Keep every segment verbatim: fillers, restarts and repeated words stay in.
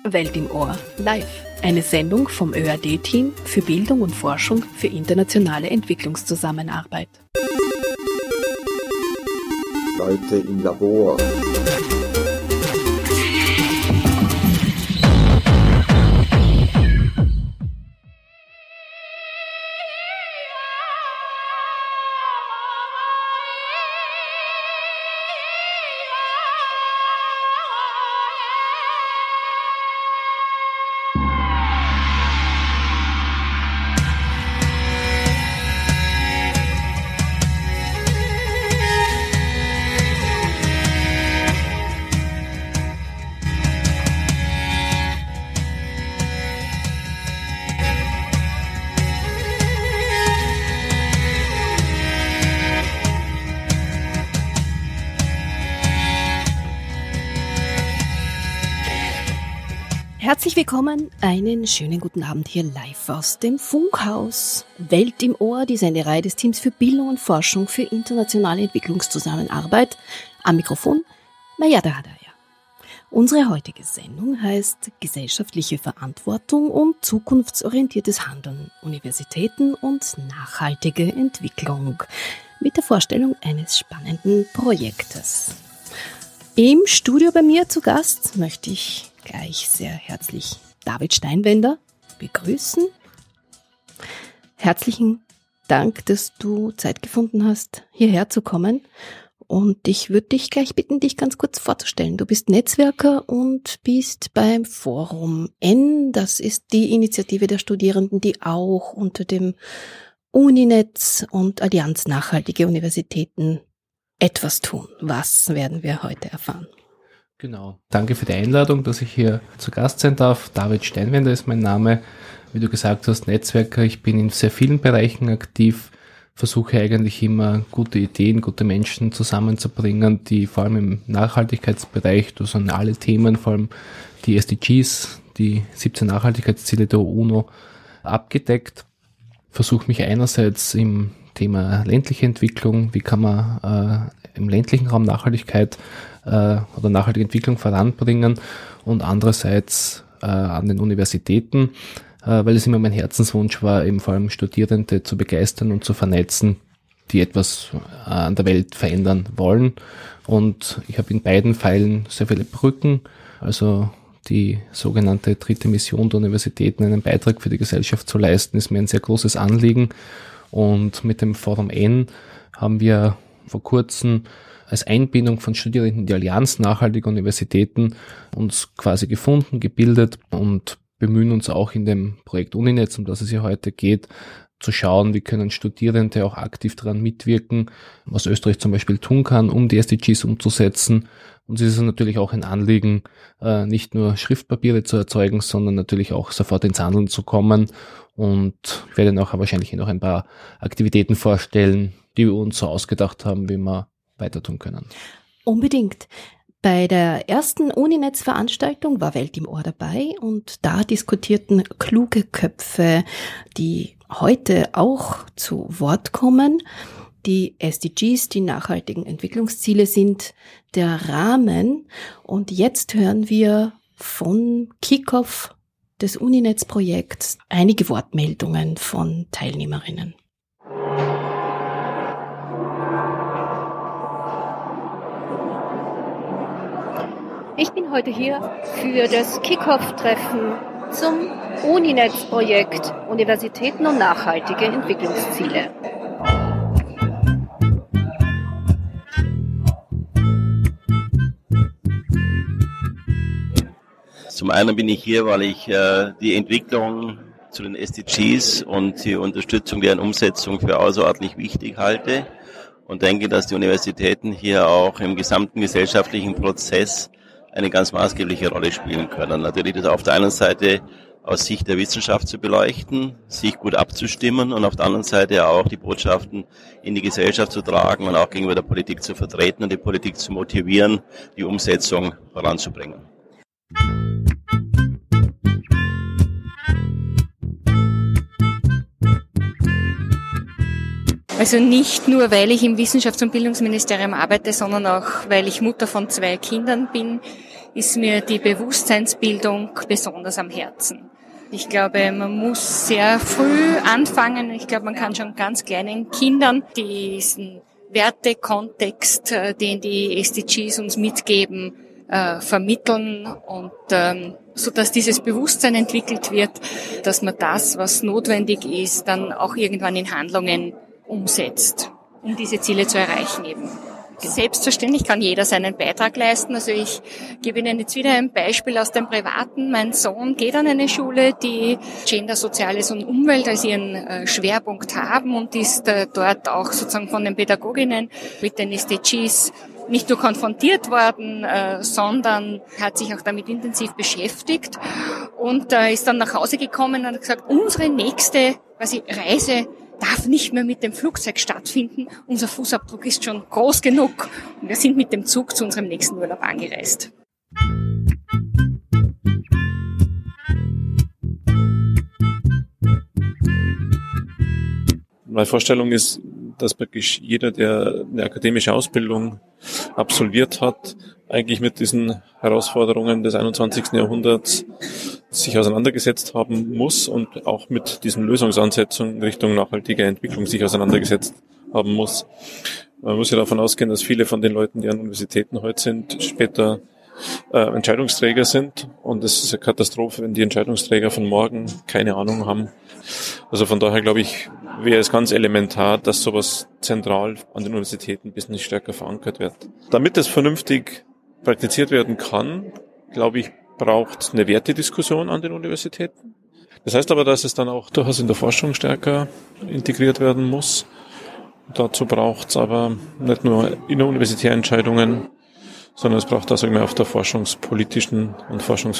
Welt im Ohr live. Eine Sendung vom Ö A D-Team für Bildung und Forschung für internationale Entwicklungszusammenarbeit. Leute im Labor. Herzlich willkommen, einen schönen guten Abend hier live aus dem Funkhaus. Welt im Ohr, die Sendereihe des Teams für Bildung und Forschung für internationale Entwicklungszusammenarbeit. Am Mikrofon Mayada Hadaya. Unsere heutige Sendung heißt Gesellschaftliche Verantwortung und zukunftsorientiertes Handeln, Universitäten und nachhaltige Entwicklung mit der Vorstellung eines spannenden Projektes. Im Studio bei mir zu Gast möchte ich gleich sehr herzlich David Steinwender begrüßen. Herzlichen Dank, dass du Zeit gefunden hast, hierher zu kommen. Und ich würde dich gleich bitten, dich ganz kurz vorzustellen. Du bist Netzwerker und bist beim Forum N. Das ist die Initiative der Studierenden, die auch unter dem Uninetz und Allianz Nachhaltige Universitäten etwas tun. Was werden wir heute erfahren? Genau. Danke für die Einladung, dass ich hier zu Gast sein darf. David Steinwender ist mein Name. Wie du gesagt hast, Netzwerker. Ich bin in sehr vielen Bereichen aktiv, versuche eigentlich immer gute Ideen, gute Menschen zusammenzubringen, die vor allem im Nachhaltigkeitsbereich, da sind alle Themen, vor allem die S D Gs, die siebzehn Nachhaltigkeitsziele der UNO abgedeckt. Versuche mich einerseits im Thema ländliche Entwicklung, wie kann man äh, im ländlichen Raum Nachhaltigkeit äh, oder nachhaltige Entwicklung voranbringen und andererseits äh, an den Universitäten, äh, weil es immer mein Herzenswunsch war, eben vor allem Studierende zu begeistern und zu vernetzen, die etwas äh, an der Welt verändern wollen. Und ich habe in beiden Pfeilen sehr viele Brücken, also die sogenannte dritte Mission der Universitäten, einen Beitrag für die Gesellschaft zu leisten, ist mir ein sehr großes Anliegen. Und mit dem Forum N haben wir vor kurzem als Einbindung von Studierenden in die Allianz Nachhaltige Universitäten uns quasi gefunden, gebildet und bemühen uns auch in dem Projekt Uninetz, um das es ja heute geht, zu schauen, wie können Studierende auch aktiv daran mitwirken, was Österreich zum Beispiel tun kann, um die S D Gs umzusetzen. Uns ist es natürlich auch ein Anliegen, nicht nur Schriftpapiere zu erzeugen, sondern natürlich auch sofort ins Handeln zu kommen. Und ich werde nachher wahrscheinlich noch ein paar Aktivitäten vorstellen, die wir uns so ausgedacht haben, wie wir weiter tun können. Unbedingt. Bei der ersten Uninetz-Veranstaltung war Welt im Ohr dabei und da diskutierten kluge Köpfe, die heute auch zu Wort kommen. Die S D Gs, die nachhaltigen Entwicklungsziele, sind der Rahmen. Und jetzt hören wir von Kickoff des Uninetz-Projekts einige Wortmeldungen von Teilnehmerinnen. Ich bin heute hier für das Kickoff-Treffen zum Uninetz-Projekt Universitäten und nachhaltige Entwicklungsziele. Zum einen bin ich hier, weil ich äh, die Entwicklung zu den S D Gs und die Unterstützung deren Umsetzung für außerordentlich wichtig halte und denke, dass die Universitäten hier auch im gesamten gesellschaftlichen Prozess eine ganz maßgebliche Rolle spielen können. Natürlich das auf der einen Seite aus Sicht der Wissenschaft zu beleuchten, sich gut abzustimmen und auf der anderen Seite auch die Botschaften in die Gesellschaft zu tragen und auch gegenüber der Politik zu vertreten und die Politik zu motivieren, die Umsetzung voranzubringen. Also nicht nur, weil ich im Wissenschafts- und Bildungsministerium arbeite, sondern auch, weil ich Mutter von zwei Kindern bin, ist mir die Bewusstseinsbildung besonders am Herzen. Ich glaube, man muss sehr früh anfangen. Ich glaube, man kann schon ganz kleinen Kindern diesen Wertekontext, den die S D Gs uns mitgeben, äh, vermitteln und ähm, so dass dieses Bewusstsein entwickelt wird, dass man das, was notwendig ist, dann auch irgendwann in Handlungen umsetzt, um diese Ziele zu erreichen eben. Selbstverständlich kann jeder seinen Beitrag leisten. Also ich gebe Ihnen jetzt wieder ein Beispiel aus dem Privaten. Mein Sohn geht an eine Schule, die Gender, Soziales und Umwelt als ihren äh, Schwerpunkt haben und ist äh, dort auch sozusagen von den Pädagoginnen mit den S D Gs nicht nur konfrontiert worden, äh, sondern hat sich auch damit intensiv beschäftigt und äh, ist dann nach Hause gekommen und hat gesagt, unsere nächste quasi Reise darf nicht mehr mit dem Flugzeug stattfinden. Unser Fußabdruck ist schon groß genug. Und wir sind mit dem Zug zu unserem nächsten Urlaub angereist. Meine Vorstellung ist, dass praktisch jeder, der eine akademische Ausbildung absolviert hat, eigentlich mit diesen Herausforderungen des einundzwanzigsten Jahrhunderts sich auseinandergesetzt haben muss und auch mit diesen Lösungsansätzen in Richtung nachhaltiger Entwicklung sich auseinandergesetzt haben muss. Man muss ja davon ausgehen, dass viele von den Leuten, die an Universitäten heute sind, später äh, Entscheidungsträger sind. Und es ist eine Katastrophe, wenn die Entscheidungsträger von morgen keine Ahnung haben. Also von daher glaube ich, wäre es ganz elementar, dass sowas zentral an den Universitäten ein bisschen stärker verankert wird. Damit das vernünftig praktiziert werden kann, glaube ich, braucht es eine Wertediskussion an den Universitäten. Das heißt aber, dass es dann auch durchaus in der Forschung stärker integriert werden muss. Dazu braucht es aber nicht nur inneruniversitäre Entscheidungen, sondern es braucht auch sagen wir, auf der forschungspolitischen und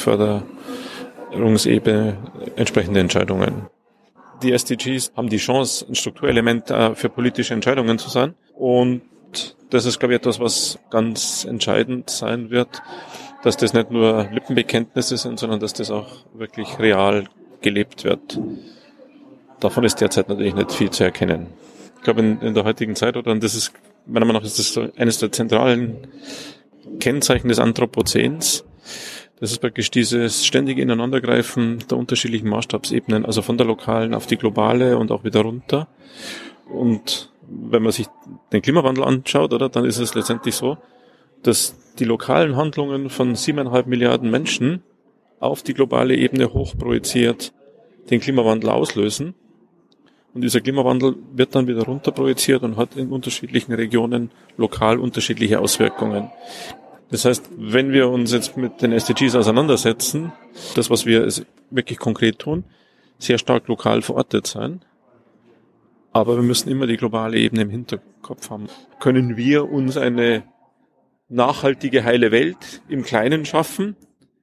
Forschungsförderungsebene entsprechende Entscheidungen. Die S D Gs haben die Chance, ein Strukturelement für politische Entscheidungen zu sein. Und das ist, glaube ich, etwas, was ganz entscheidend sein wird, dass das nicht nur Lippenbekenntnisse sind, sondern dass das auch wirklich real gelebt wird. Davon ist derzeit natürlich nicht viel zu erkennen. Ich glaube, in, in der heutigen Zeit, oder und das ist, meiner Meinung nach, ist das so eines der zentralen Kennzeichen des Anthropozäns. Das ist praktisch dieses ständige Ineinandergreifen der unterschiedlichen Maßstabsebenen, also von der lokalen auf die globale und auch wieder runter. Und wenn man sich den Klimawandel anschaut, oder, dann ist es letztendlich so, dass die lokalen Handlungen von siebeneinhalb Milliarden Menschen auf die globale Ebene hochprojiziert den Klimawandel auslösen. Und dieser Klimawandel wird dann wieder runterprojiziert und hat in unterschiedlichen Regionen lokal unterschiedliche Auswirkungen. Das heißt, wenn wir uns jetzt mit den S D Gs auseinandersetzen, das, was wir wirklich konkret tun, sehr stark lokal verortet sein. Aber wir müssen immer die globale Ebene im Hinterkopf haben. Können wir uns eine nachhaltige, heile Welt im Kleinen schaffen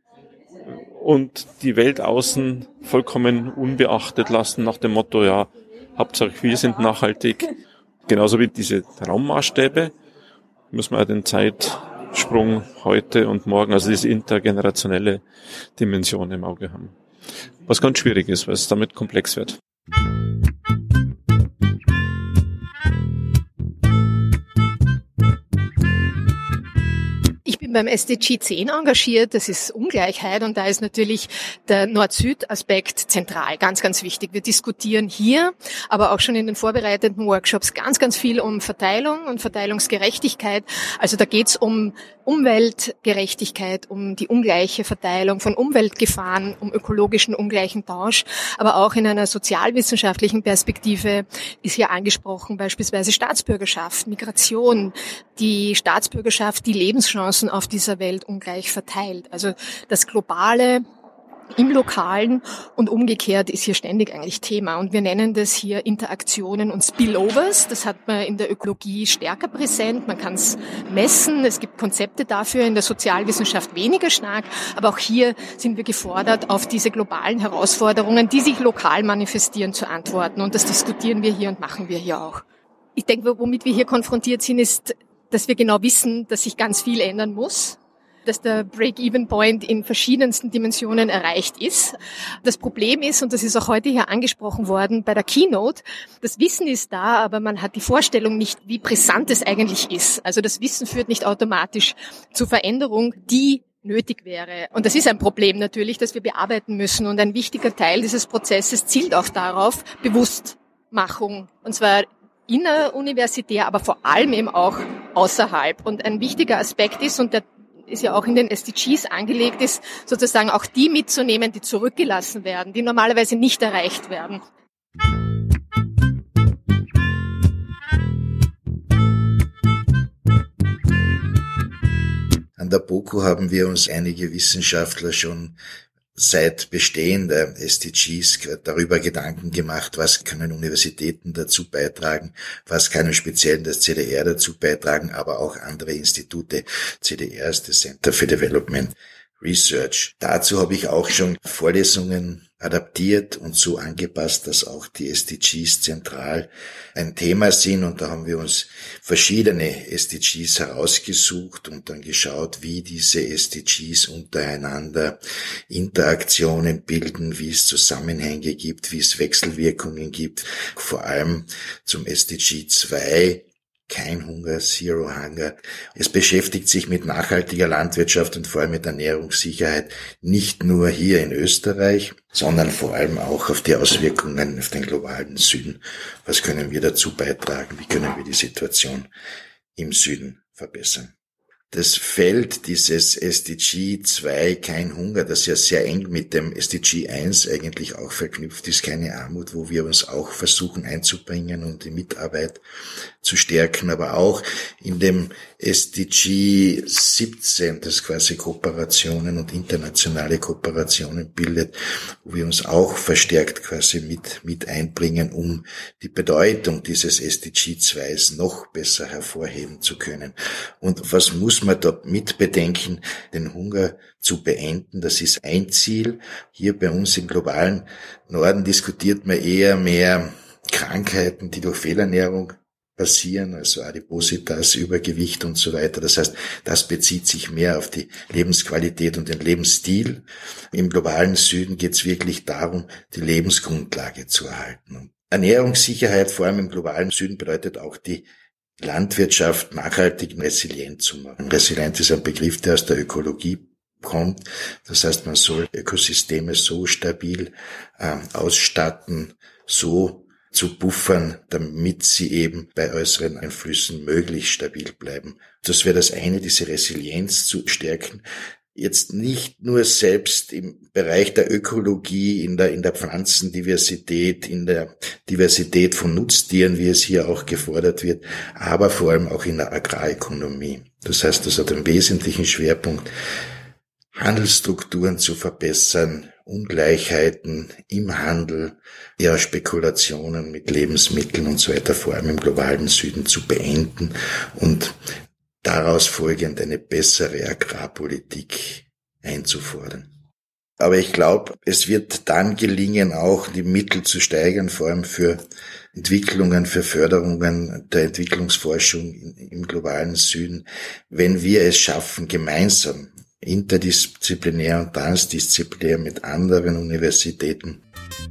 und die Welt außen vollkommen unbeachtet lassen nach dem Motto, ja, Hauptsache wir sind nachhaltig. Genauso wie diese Raummaßstäbe müssen wir den Zeitsprung heute und morgen, also diese intergenerationelle Dimension im Auge haben. Was ganz schwierig ist, weil es damit komplex wird. Ich bin beim S D G zehn engagiert, das ist Ungleichheit und da ist natürlich der Nord-Süd-Aspekt zentral, ganz, ganz wichtig. Wir diskutieren hier, aber auch schon in den vorbereitenden Workshops ganz, ganz viel um Verteilung und Verteilungsgerechtigkeit. Also da geht's um Umweltgerechtigkeit, um die ungleiche Verteilung von Umweltgefahren, um ökologischen ungleichen Tausch, aber auch in einer sozialwissenschaftlichen Perspektive ist hier angesprochen beispielsweise Staatsbürgerschaft, Migration, die Staatsbürgerschaft, die Lebenschancen auf dieser Welt ungleich verteilt. Also das Globale im Lokalen und umgekehrt ist hier ständig eigentlich Thema. Und wir nennen das hier Interaktionen und Spillovers. Das hat man in der Ökologie stärker präsent. Man kann es messen. Es gibt Konzepte dafür, in der Sozialwissenschaft weniger stark. Aber auch hier sind wir gefordert, auf diese globalen Herausforderungen, die sich lokal manifestieren, zu antworten. Und das diskutieren wir hier und machen wir hier auch. Ich denke, womit wir hier konfrontiert sind, ist, dass wir genau wissen, dass sich ganz viel ändern muss. dass der Break-Even-Point in verschiedensten Dimensionen erreicht ist. Das Problem ist, und das ist auch heute hier angesprochen worden bei der Keynote, das Wissen ist da, aber man hat die Vorstellung nicht, wie brisant es eigentlich ist. Also das Wissen führt nicht automatisch zu Veränderung, die nötig wäre. Und das ist ein Problem natürlich, das wir bearbeiten müssen. Und ein wichtiger Teil dieses Prozesses zielt auch darauf, Bewusstmachung. Und zwar inneruniversitär, aber vor allem eben auch außerhalb. Und ein wichtiger Aspekt ist, und der ist ja auch in den S D Gs angelegt, ist sozusagen auch die mitzunehmen, die zurückgelassen werden, die normalerweise nicht erreicht werden. An der BOKU haben wir uns einige Wissenschaftler schon seit Bestehen der S D Gs darüber Gedanken gemacht, was können Universitäten dazu beitragen, was kann im Speziellen das C D R dazu beitragen, aber auch andere Institute. C D R ist das Center for Development Research. Dazu habe ich auch schon Vorlesungen adaptiert und so angepasst, dass auch die S D Gs zentral ein Thema sind. Und da haben wir uns verschiedene S D Gs herausgesucht und dann geschaut, wie diese S D Gs untereinander Interaktionen bilden, wie es Zusammenhänge gibt, wie es Wechselwirkungen gibt. Vor allem zum S D G zwei. Kein Hunger, Zero Hunger. Es beschäftigt sich mit nachhaltiger Landwirtschaft und vor allem mit Ernährungssicherheit nicht nur hier in Österreich, sondern vor allem auch auf die Auswirkungen auf den globalen Süden. Was können wir dazu beitragen? Wie können wir die Situation im Süden verbessern? Das Feld dieses S D G zwei, kein Hunger, das ja sehr eng mit dem S D G eins eigentlich auch verknüpft ist, keine Armut, wo wir uns auch versuchen einzubringen und die Mitarbeit zu stärken, aber auch in dem S D G siebzehn, das quasi Kooperationen und internationale Kooperationen bildet, wo wir uns auch verstärkt quasi mit, mit einbringen, um die Bedeutung dieses S D G zwei noch besser hervorheben zu können. Und was muss man da mit bedenken, den Hunger zu beenden? Das ist ein Ziel. Hier bei uns im globalen Norden diskutiert man eher mehr Krankheiten, die durch Fehlernährung passieren, also Adipositas, Übergewicht und so weiter. Das heißt, das bezieht sich mehr auf die Lebensqualität und den Lebensstil. Im globalen Süden geht es wirklich darum, die Lebensgrundlage zu erhalten. Und Ernährungssicherheit, vor allem im globalen Süden, bedeutet auch die Landwirtschaft nachhaltig und resilient zu machen. Resilient ist ein Begriff, der aus der Ökologie kommt. Das heißt, man soll Ökosysteme so stabil äh, ausstatten, so zu buffern, damit sie eben bei äußeren Einflüssen möglichst stabil bleiben. Das wäre das eine, diese Resilienz zu stärken. Jetzt nicht nur selbst im Bereich der Ökologie, in der, in der Pflanzendiversität, in der Diversität von Nutztieren, wie es hier auch gefordert wird, aber vor allem auch in der Agrarökonomie. Das heißt, das hat einen wesentlichen Schwerpunkt, Handelsstrukturen zu verbessern, Ungleichheiten im Handel, ja, Spekulationen mit Lebensmitteln und so weiter, vor allem im globalen Süden zu beenden und daraus folgend eine bessere Agrarpolitik einzufordern. Aber ich glaube, es wird dann gelingen, auch die Mittel zu steigern, vor allem für Entwicklungen, für Förderungen der Entwicklungsforschung im globalen Süden, wenn wir es schaffen, gemeinsam interdisziplinär und transdisziplinär mit anderen Universitäten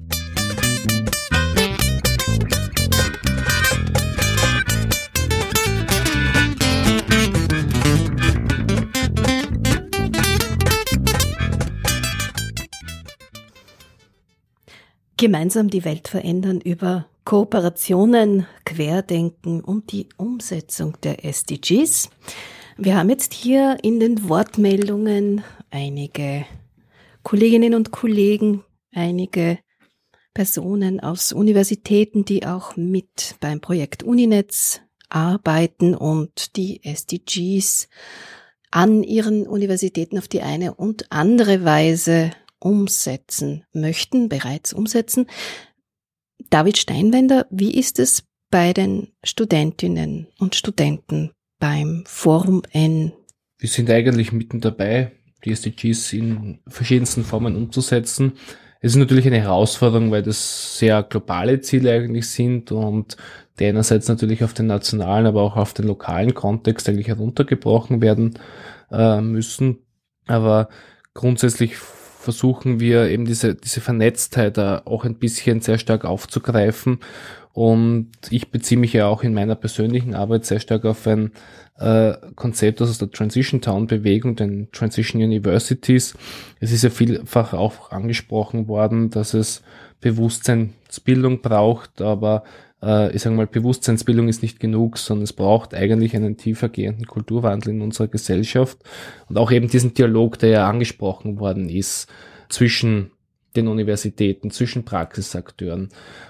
gemeinsam die Welt verändern über Kooperationen, Querdenken und die Umsetzung der S D Gs. Wir haben jetzt hier in den Wortmeldungen einige Kolleginnen und Kollegen, einige Personen aus Universitäten, die auch mit beim Projekt Uninetz arbeiten und die S D Gs an ihren Universitäten auf die eine und andere Weise umsetzen möchten, bereits umsetzen. David Steinwender, wie ist es bei den Studentinnen und Studenten beim Forum N? Wir sind eigentlich mitten dabei, die S D Gs in verschiedensten Formen umzusetzen. Es ist natürlich eine Herausforderung, weil das sehr globale Ziele eigentlich sind und die einerseits natürlich auf den nationalen, aber auch auf den lokalen Kontext eigentlich heruntergebrochen werden äh, müssen. Aber grundsätzlich versuchen wir eben diese, diese Vernetztheit auch ein bisschen sehr stark aufzugreifen. Und ich beziehe mich ja auch in meiner persönlichen Arbeit sehr stark auf ein äh, Konzept aus der Transition Town Bewegung, den Transition Universities. Es ist ja vielfach auch angesprochen worden, dass es Bewusstseinsbildung braucht, aber äh, ich sage mal, Bewusstseinsbildung ist nicht genug, sondern es braucht eigentlich einen tiefergehenden Kulturwandel in unserer Gesellschaft und auch eben diesen Dialog, der ja angesprochen worden ist, zwischen den Universitäten, zwischen Praxisakteuren.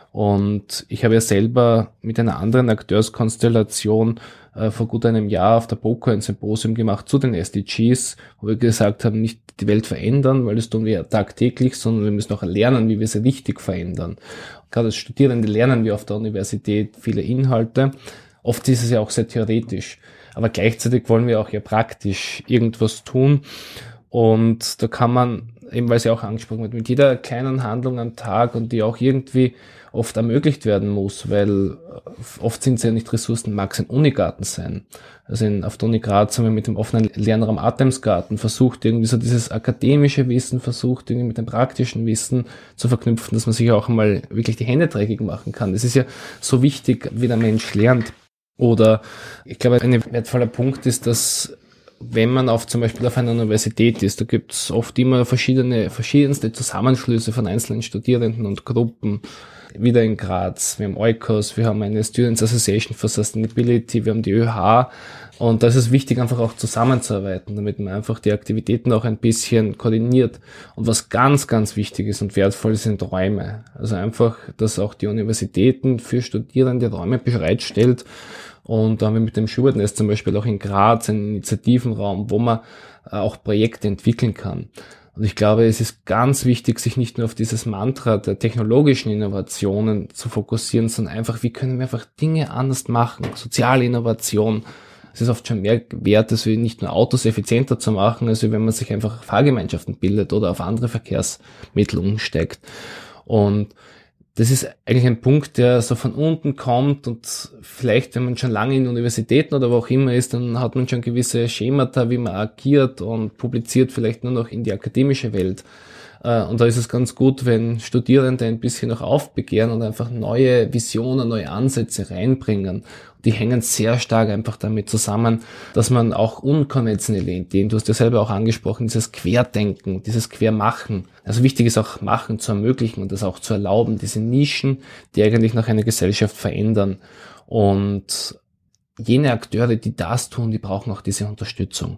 Und ich habe ja selber mit einer anderen Akteurskonstellation äh, vor gut einem Jahr auf der BOKU ein Symposium gemacht zu den S D Gs, wo wir gesagt haben, nicht die Welt verändern, weil das tun wir tagtäglich, sondern wir müssen auch lernen, wie wir sie richtig verändern. Gerade als Studierende lernen wir auf der Universität viele Inhalte. Oft ist es ja auch sehr theoretisch, aber gleichzeitig wollen wir auch ja praktisch irgendwas tun. Und da kann man, eben weil es ja auch angesprochen wird, mit jeder kleinen Handlung am Tag und die auch irgendwie oft ermöglicht werden muss, weil oft sind es ja nicht Ressourcen, mag es ein Unigarten sein. Also in, auf der Uni Graz haben wir mit dem offenen Lernraum Atemsgarten versucht, irgendwie so dieses akademische Wissen, versucht irgendwie mit dem praktischen Wissen zu verknüpfen, dass man sich auch mal wirklich die Hände dreckig machen kann. Das ist ja so wichtig, wie der Mensch lernt. Oder ich glaube, ein wertvoller Punkt ist, dass wenn man auf zum Beispiel auf einer Universität ist, da gibt es oft immer verschiedene, verschiedenste Zusammenschlüsse von einzelnen Studierenden und Gruppen. Wieder in Graz, wir haben Eukos, wir haben eine Students Association for Sustainability, wir haben die ÖH und da ist es wichtig, einfach auch zusammenzuarbeiten, damit man einfach die Aktivitäten auch ein bisschen koordiniert. Und was ganz, ganz wichtig ist und wertvoll sind Räume. Also einfach, dass auch die Universitäten für Studierende Räume bereitstellt. Und da haben wir mit dem Schubert-Nest zum Beispiel auch in Graz einen Initiativenraum, wo man auch Projekte entwickeln kann. Und ich glaube, es ist ganz wichtig, sich nicht nur auf dieses Mantra der technologischen Innovationen zu fokussieren, sondern einfach, wie können wir einfach Dinge anders machen? Soziale Innovation. Es ist oft schon mehr wert, dass wir nicht nur Autos effizienter zu machen, als wenn man sich einfach Fahrgemeinschaften bildet oder auf andere Verkehrsmittel umsteigt. Und das ist eigentlich ein Punkt, der so von unten kommt und vielleicht, wenn man schon lange in Universitäten oder wo auch immer ist, dann hat man schon gewisse Schemata, wie man agiert und publiziert vielleicht nur noch in die akademische Welt. Und da ist es ganz gut, wenn Studierende ein bisschen noch aufbegehren und einfach neue Visionen, neue Ansätze reinbringen. Die hängen sehr stark einfach damit zusammen, dass man auch unkonventionelle Ideen, du hast ja selber auch angesprochen, dieses Querdenken, dieses Quermachen. Also wichtig ist auch Machen zu ermöglichen und das auch zu erlauben, diese Nischen, die eigentlich noch eine Gesellschaft verändern. Und jene Akteure, die das tun, die brauchen auch diese Unterstützung.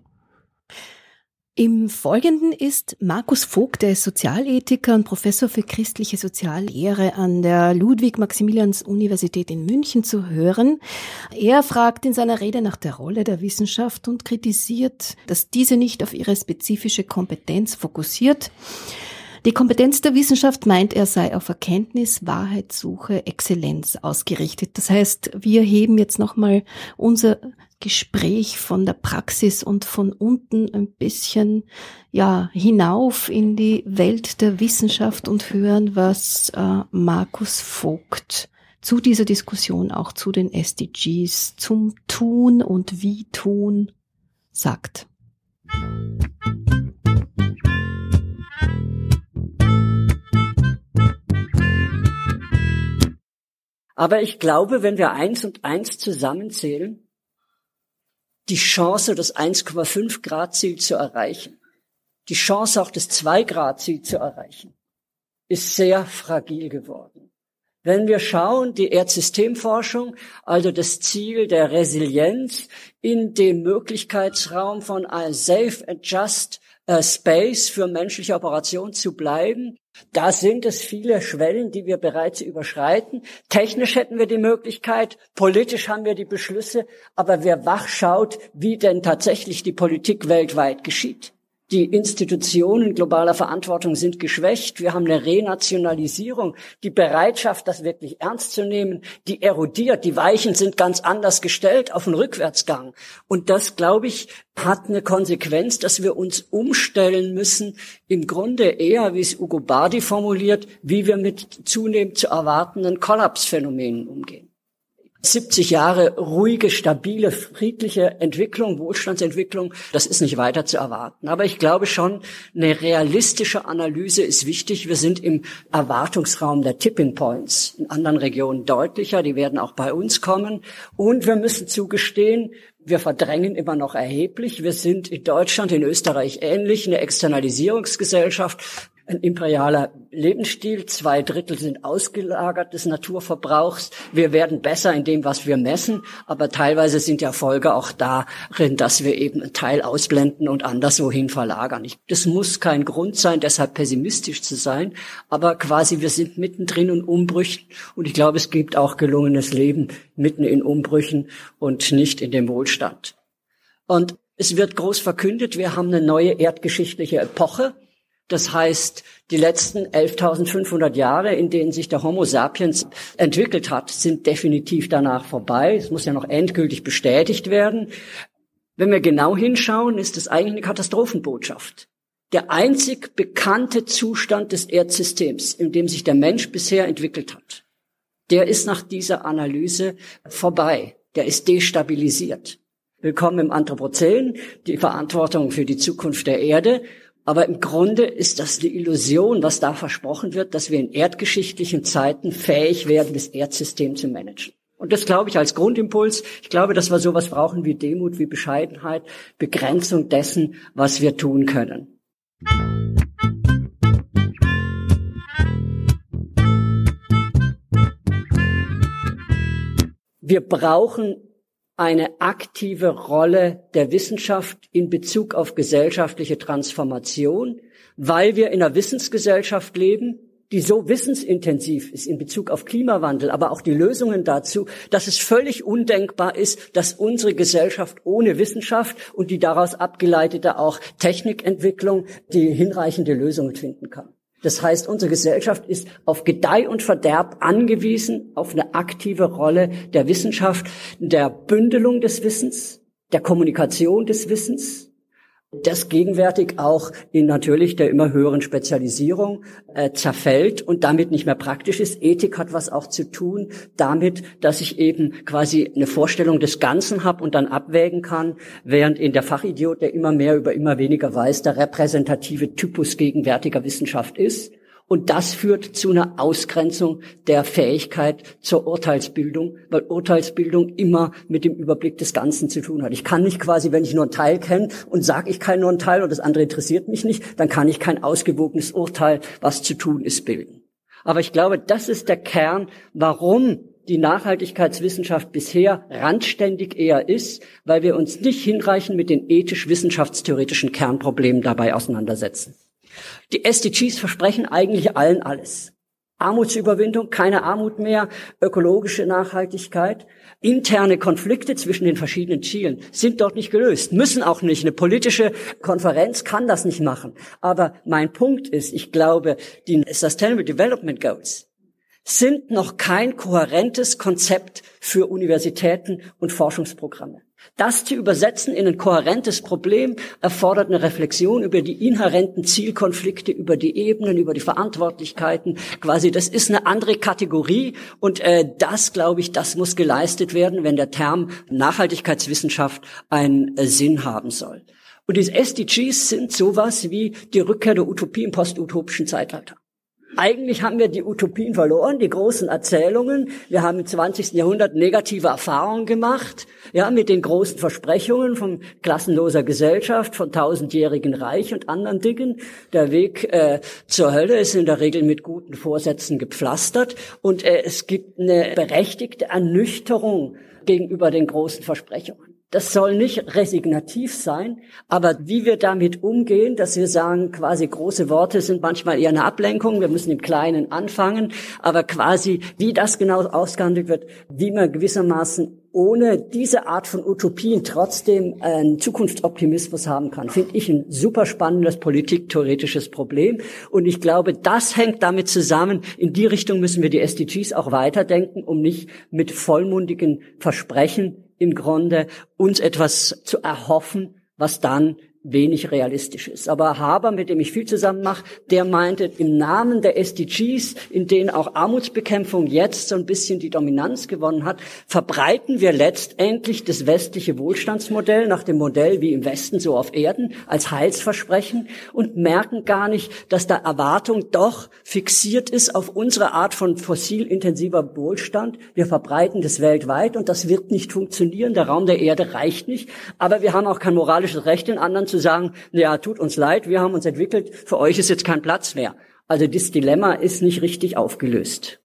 Im Folgenden ist Markus Vogt, der ist Sozialethiker und Professor für christliche Soziallehre an der Ludwig-Maximilians-Universität in München zu hören. Er fragt in seiner Rede nach der Rolle der Wissenschaft und kritisiert, dass diese nicht auf ihre spezifische Kompetenz fokussiert. Die Kompetenz der Wissenschaft, meint er, sei auf Erkenntnis, Wahrheitssuche, Exzellenz ausgerichtet. Das heißt, wir heben jetzt nochmal unser Gespräch von der Praxis und von unten ein bisschen ja hinauf in die Welt der Wissenschaft und hören, was äh, Markus Vogt zu dieser Diskussion, auch zu den S D Gs, zum Tun und wie tun sagt. Aber ich glaube, wenn wir eins und eins zusammenzählen, die Chance, das eins Komma fünf Grad Ziel zu erreichen, die Chance, auch das zwei Grad Ziel zu erreichen, ist sehr fragil geworden. Wenn wir schauen, die Erdsystemforschung, also das Ziel der Resilienz in dem Möglichkeitsraum von einem safe and just uh, space für menschliche Operationen zu bleiben, da sind es viele Schwellen, die wir bereits überschreiten. Technisch hätten wir die Möglichkeit, politisch haben wir die Beschlüsse, aber wer wach schaut, wie denn tatsächlich die Politik weltweit geschieht. Die Institutionen globaler Verantwortung sind geschwächt. Wir haben eine Renationalisierung. Die Bereitschaft, das wirklich ernst zu nehmen, die erodiert. Die Weichen sind ganz anders gestellt auf den Rückwärtsgang. Und das, glaube ich, hat eine Konsequenz, dass wir uns umstellen müssen, im Grunde eher, wie es Ugo Bardi formuliert, wie wir mit zunehmend zu erwartenden Kollapsphänomenen umgehen. siebzig Jahre ruhige, stabile, friedliche Entwicklung, Wohlstandsentwicklung, das ist nicht weiter zu erwarten. Aber ich glaube schon, eine realistische Analyse ist wichtig. Wir sind im Erwartungsraum der Tipping Points, in anderen Regionen deutlicher, die werden auch bei uns kommen. Und wir müssen zugestehen, wir verdrängen immer noch erheblich. Wir sind in Deutschland, in Österreich ähnlich, eine Externalisierungsgesellschaft. Ein imperialer Lebensstil, zwei Drittel sind ausgelagert des Naturverbrauchs. Wir werden besser in dem, was wir messen, aber teilweise sind ja Folge auch darin, dass wir eben einen Teil ausblenden und anderswohin verlagern. Ich, das muss kein Grund sein, deshalb pessimistisch zu sein, aber quasi wir sind mittendrin in Umbrüchen und ich glaube, es gibt auch gelungenes Leben mitten in Umbrüchen und nicht in dem Wohlstand. Und es wird groß verkündet, wir haben eine neue erdgeschichtliche Epoche. Das heißt, die letzten elftausendfünfhundert Jahre, in denen sich der Homo sapiens entwickelt hat, sind definitiv danach vorbei. Es muss ja noch endgültig bestätigt werden. Wenn wir genau hinschauen, ist es eigentlich eine Katastrophenbotschaft. Der einzig bekannte Zustand des Erdsystems, in dem sich der Mensch bisher entwickelt hat, der ist nach dieser Analyse vorbei. Der ist destabilisiert. Willkommen im Anthropozän, die Verantwortung für die Zukunft der Erde. Aber im Grunde ist das eine Illusion, was da versprochen wird, dass wir in erdgeschichtlichen Zeiten fähig werden, das Erdsystem zu managen. Und das glaube ich als Grundimpuls. Ich glaube, dass wir sowas brauchen wie Demut, wie Bescheidenheit, Begrenzung dessen, was wir tun können. Wir brauchen eine aktive Rolle der Wissenschaft in Bezug auf gesellschaftliche Transformation, weil wir in einer Wissensgesellschaft leben, die so wissensintensiv ist in Bezug auf Klimawandel, aber auch die Lösungen dazu, dass es völlig undenkbar ist, dass unsere Gesellschaft ohne Wissenschaft und die daraus abgeleitete auch Technikentwicklung die hinreichende Lösungen finden kann. Das heißt, unsere Gesellschaft ist auf Gedeih und Verderb angewiesen, auf eine aktive Rolle der Wissenschaft, der Bündelung des Wissens, der Kommunikation des Wissens, das gegenwärtig auch in natürlich der immer höheren Spezialisierung äh, zerfällt und damit nicht mehr praktisch ist. Ethik hat was auch zu tun damit, dass ich eben quasi eine Vorstellung des Ganzen habe und dann abwägen kann, während in der Fachidiot, der immer mehr über immer weniger weiß, der repräsentative Typus gegenwärtiger Wissenschaft ist. Und das führt zu einer Ausgrenzung der Fähigkeit zur Urteilsbildung, weil Urteilsbildung immer mit dem Überblick des Ganzen zu tun hat. Ich kann nicht quasi, wenn ich nur einen Teil kenne und sage, ich kann nur einen Teil und das andere interessiert mich nicht, dann kann ich kein ausgewogenes Urteil, was zu tun ist, bilden. Aber ich glaube, das ist der Kern, warum die Nachhaltigkeitswissenschaft bisher randständig eher ist, weil wir uns nicht hinreichend mit den ethisch-wissenschaftstheoretischen Kernproblemen dabei auseinandersetzen. Die S D Gs versprechen eigentlich allen alles. Armutsüberwindung, keine Armut mehr, ökologische Nachhaltigkeit. Interne Konflikte zwischen den verschiedenen Zielen sind dort nicht gelöst, müssen auch nicht. Eine politische Konferenz kann das nicht machen. Aber mein Punkt ist, ich glaube, die Sustainable Development Goals sind noch kein kohärentes Konzept für Universitäten und Forschungsprogramme. Das zu übersetzen in ein kohärentes Problem erfordert eine Reflexion über die inhärenten Zielkonflikte, über die Ebenen, über die Verantwortlichkeiten. Quasi, das ist eine andere Kategorie und äh, das, glaube ich, das muss geleistet werden, wenn der Term Nachhaltigkeitswissenschaft einen äh, Sinn haben soll. Und diese S D Gs sind sowas wie die Rückkehr der Utopie im postutopischen Zeitalter. Eigentlich haben wir die Utopien verloren, die großen Erzählungen. Wir haben im zwanzigsten Jahrhundert negative Erfahrungen gemacht, ja, mit den großen Versprechungen von klassenloser Gesellschaft, von tausendjährigen Reich und anderen Dingen. Der Weg äh, zur Hölle ist in der Regel mit guten Vorsätzen gepflastert und äh, es gibt eine berechtigte Ernüchterung gegenüber den großen Versprechungen. Das soll nicht resignativ sein, aber wie wir damit umgehen, dass wir sagen, quasi große Worte sind manchmal eher eine Ablenkung, wir müssen im Kleinen anfangen, aber quasi, wie das genau ausgehandelt wird, wie man gewissermaßen ohne diese Art von Utopien trotzdem einen Zukunftsoptimismus haben kann, finde ich ein super spannendes politiktheoretisches Problem. Und ich glaube, das hängt damit zusammen, in die Richtung müssen wir die S D Gs auch weiterdenken, um nicht mit vollmundigen Versprechen im Grunde uns etwas zu erhoffen, was dann wenig realistisch ist. Aber Haber, mit dem ich viel zusammen mache, der meinte, im Namen der S D Gs, in denen auch Armutsbekämpfung jetzt so ein bisschen die Dominanz gewonnen hat, verbreiten wir letztendlich das westliche Wohlstandsmodell nach dem Modell wie im Westen so auf Erden als Heilsversprechen und merken gar nicht, dass da Erwartung doch fixiert ist auf unsere Art von fossilintensiver Wohlstand. Wir verbreiten das weltweit und das wird nicht funktionieren. Der Raum der Erde reicht nicht. Aber wir haben auch kein moralisches Recht, den anderen zu sagen, ja, tut uns leid, wir haben uns entwickelt, für euch ist jetzt kein Platz mehr. Also das Dilemma ist nicht richtig aufgelöst.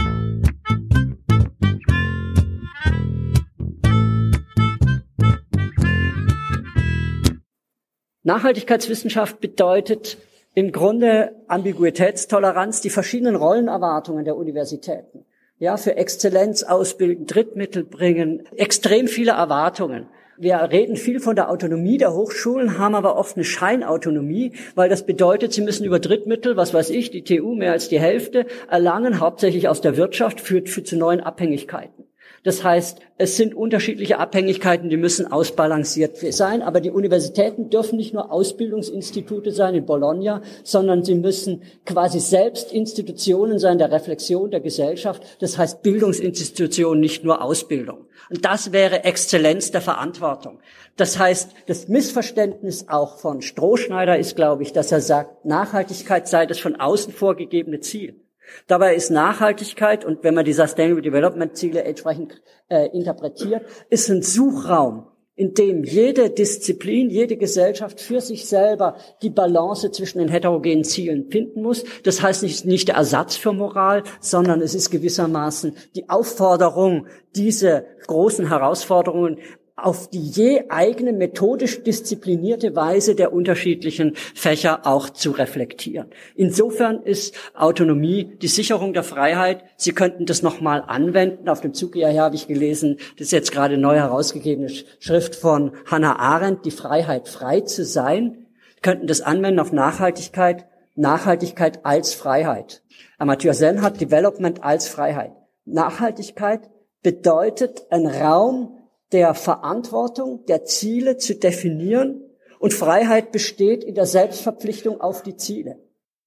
Nachhaltigkeitswissenschaft bedeutet im Grunde Ambiguitätstoleranz, die verschiedenen Rollenerwartungen der Universitäten. Ja, für Exzellenz ausbilden, Drittmittel bringen, extrem viele Erwartungen. Wir reden viel von der Autonomie der Hochschulen, haben aber oft eine Scheinautonomie, weil das bedeutet, sie müssen über Drittmittel, was weiß ich, die T U mehr als die Hälfte erlangen, hauptsächlich aus der Wirtschaft, führt, führt zu neuen Abhängigkeiten. Das heißt, es sind unterschiedliche Abhängigkeiten, die müssen ausbalanciert sein. Aber die Universitäten dürfen nicht nur Ausbildungsinstitute sein in Bologna, sondern sie müssen quasi selbst Institutionen sein der Reflexion der Gesellschaft. Das heißt Bildungsinstitutionen, nicht nur Ausbildung. Und das wäre Exzellenz der Verantwortung. Das heißt, das Missverständnis auch von Strohschneider ist, glaube ich, dass er sagt, Nachhaltigkeit sei das von außen vorgegebene Ziel. Dabei ist Nachhaltigkeit, und wenn man die Sustainable Development Ziele entsprechend äh, interpretiert, ist ein Suchraum, in dem jede Disziplin, jede Gesellschaft für sich selber die Balance zwischen den heterogenen Zielen finden muss. Das heißt nicht, nicht der Ersatz für Moral, sondern es ist gewissermaßen die Aufforderung, diese großen Herausforderungen auf die je eigene methodisch disziplinierte Weise der unterschiedlichen Fächer auch zu reflektieren. Insofern ist Autonomie die Sicherung der Freiheit. Sie könnten das nochmal anwenden. Auf dem Zug hierher habe ich gelesen, das ist jetzt gerade neu herausgegebene Schrift von Hannah Arendt, die Freiheit, frei zu sein. Sie könnten das anwenden auf Nachhaltigkeit, Nachhaltigkeit als Freiheit. Amartya Sen hat Development als Freiheit. Nachhaltigkeit bedeutet ein Raum der Verantwortung, der Ziele zu definieren, und Freiheit besteht in der Selbstverpflichtung auf die Ziele.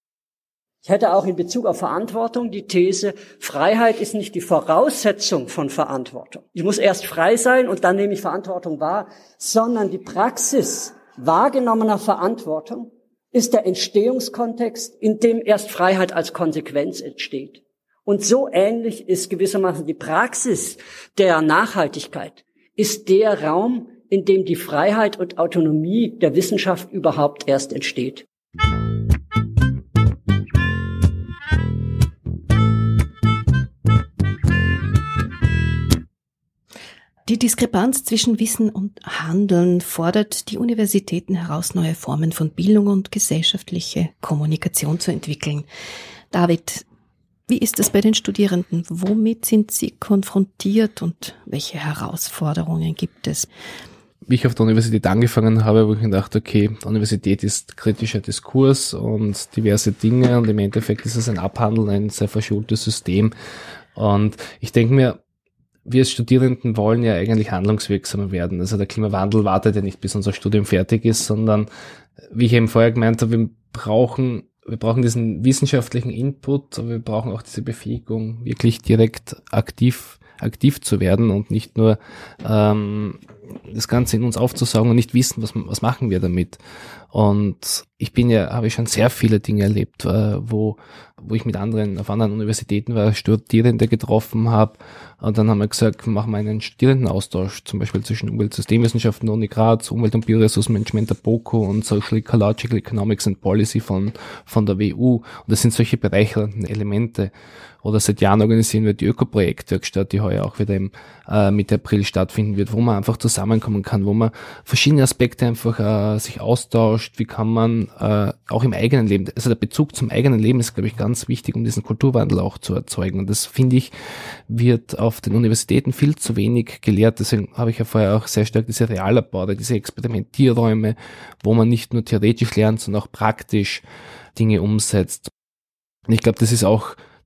Ich hätte auch in Bezug auf Verantwortung die These, Freiheit ist nicht die Voraussetzung von Verantwortung. Ich muss erst frei sein und dann nehme ich Verantwortung wahr, sondern die Praxis wahrgenommener Verantwortung ist der Entstehungskontext, in dem erst Freiheit als Konsequenz entsteht. Und so ähnlich ist gewissermaßen die Praxis der Nachhaltigkeit, ist der Raum, in dem die Freiheit und Autonomie der Wissenschaft überhaupt erst entsteht. Die Diskrepanz zwischen Wissen und Handeln fordert die Universitäten heraus, neue Formen von Bildung und gesellschaftliche Kommunikation zu entwickeln. David, wie ist es bei den Studierenden? Womit sind sie konfrontiert und welche Herausforderungen gibt es? Wie ich auf der Universität angefangen habe, wo ich gedacht, okay, Universität ist kritischer Diskurs und diverse Dinge, und im Endeffekt ist es ein Abhandeln, ein sehr verschultes System. Und ich denke mir, wir als Studierenden wollen ja eigentlich handlungswirksamer werden. Also der Klimawandel wartet ja nicht, bis unser Studium fertig ist, sondern, wie ich eben vorher gemeint habe, wir brauchen Wir brauchen diesen wissenschaftlichen Input, aber wir brauchen auch diese Befähigung, wirklich direkt aktiv aktiv zu werden und nicht nur ähm, das Ganze in uns aufzusaugen und nicht wissen, was was machen wir damit. Und ich bin ja, habe ich schon sehr viele Dinge erlebt, äh, wo wo ich mit anderen auf anderen Universitäten war, Studierende getroffen habe, und dann haben wir gesagt, machen wir einen Studierendenaustausch, zum Beispiel zwischen Umweltsystemwissenschaften der Uni Graz, Umwelt- und Bioressourcenmanagement der BOKU und Social Ecological Economics and Policy von von der W U. Und das sind solche bereichernden Elemente. Oder seit Jahren organisieren wir die Öko-Projektwerkstatt, die heuer auch wieder im äh, Mitte April stattfinden wird, wo man einfach zusammenkommen kann, wo man verschiedene Aspekte einfach äh, sich austauscht. Wie kann man äh, auch im eigenen Leben, also der Bezug zum eigenen Leben ist, glaube ich, ganz wichtig, um diesen Kulturwandel auch zu erzeugen. Und das, finde ich, wird auf den Universitäten viel zu wenig gelehrt. Deswegen habe ich ja vorher auch sehr stark diese Reallabore, diese Experimentierräume, wo man nicht nur theoretisch lernt, sondern auch praktisch Dinge umsetzt. Und ich glaube, das ist auch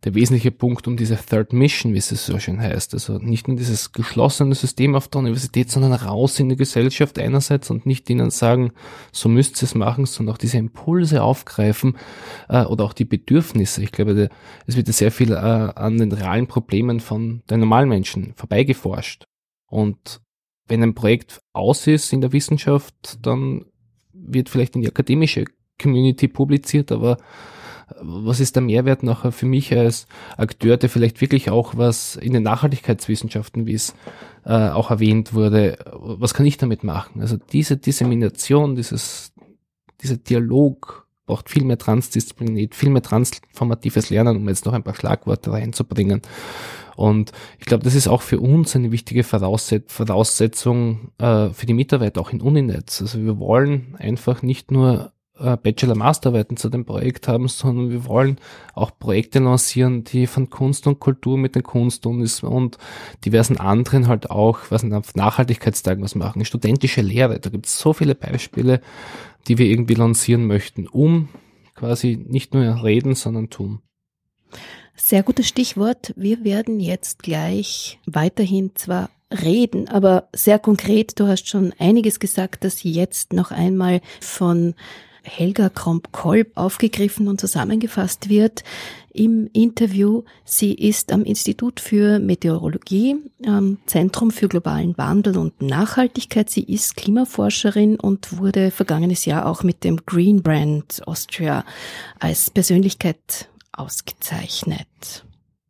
der wesentliche Punkt um diese Third Mission, wie es so schön heißt. Also nicht nur dieses geschlossene System auf der Universität, sondern raus in die Gesellschaft einerseits und nicht ihnen sagen, so müsst ihr es machen, sondern auch diese Impulse aufgreifen äh, oder auch die Bedürfnisse. Ich glaube, der, es wird ja sehr viel äh, an den realen Problemen von den normalen Menschen vorbeigeforscht. Und wenn ein Projekt aus ist in der Wissenschaft, dann wird vielleicht in die akademische Community publiziert, aber was ist der Mehrwert nachher für mich als Akteur, der vielleicht wirklich auch was in den Nachhaltigkeitswissenschaften, wie es äh, auch erwähnt wurde, was kann ich damit machen? Also diese Dissemination, dieses, dieser Dialog braucht viel mehr Transdisziplinarität, viel mehr transformatives Lernen, um jetzt noch ein paar Schlagworte reinzubringen. Und ich glaube, das ist auch für uns eine wichtige Vorausset- Voraussetzung äh, für die Mitarbeit auch in Uninetz. Also wir wollen einfach nicht nur Bachelor-Masterarbeiten zu dem Projekt haben, sondern wir wollen auch Projekte lancieren, die von Kunst und Kultur mit den Kunst und diversen anderen halt auch, was auf Nachhaltigkeitstagen was machen, studentische Lehre, da gibt es so viele Beispiele, die wir irgendwie lancieren möchten, um quasi nicht nur reden, sondern tun. Sehr gutes Stichwort. Wir werden jetzt gleich weiterhin zwar reden, aber sehr konkret, du hast schon einiges gesagt, das jetzt noch einmal von Helga Kromp-Kolb aufgegriffen und zusammengefasst wird im Interview. Sie ist am Institut für Meteorologie, am Zentrum für globalen Wandel und Nachhaltigkeit. Sie ist Klimaforscherin und wurde vergangenes Jahr auch mit dem Green Brand Austria als Persönlichkeit ausgezeichnet.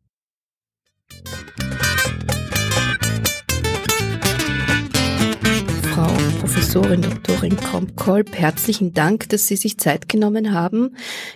Frau Professorin Doktorin Kromp-Kolb, herzlichen Dank, dass Sie sich Zeit genommen haben,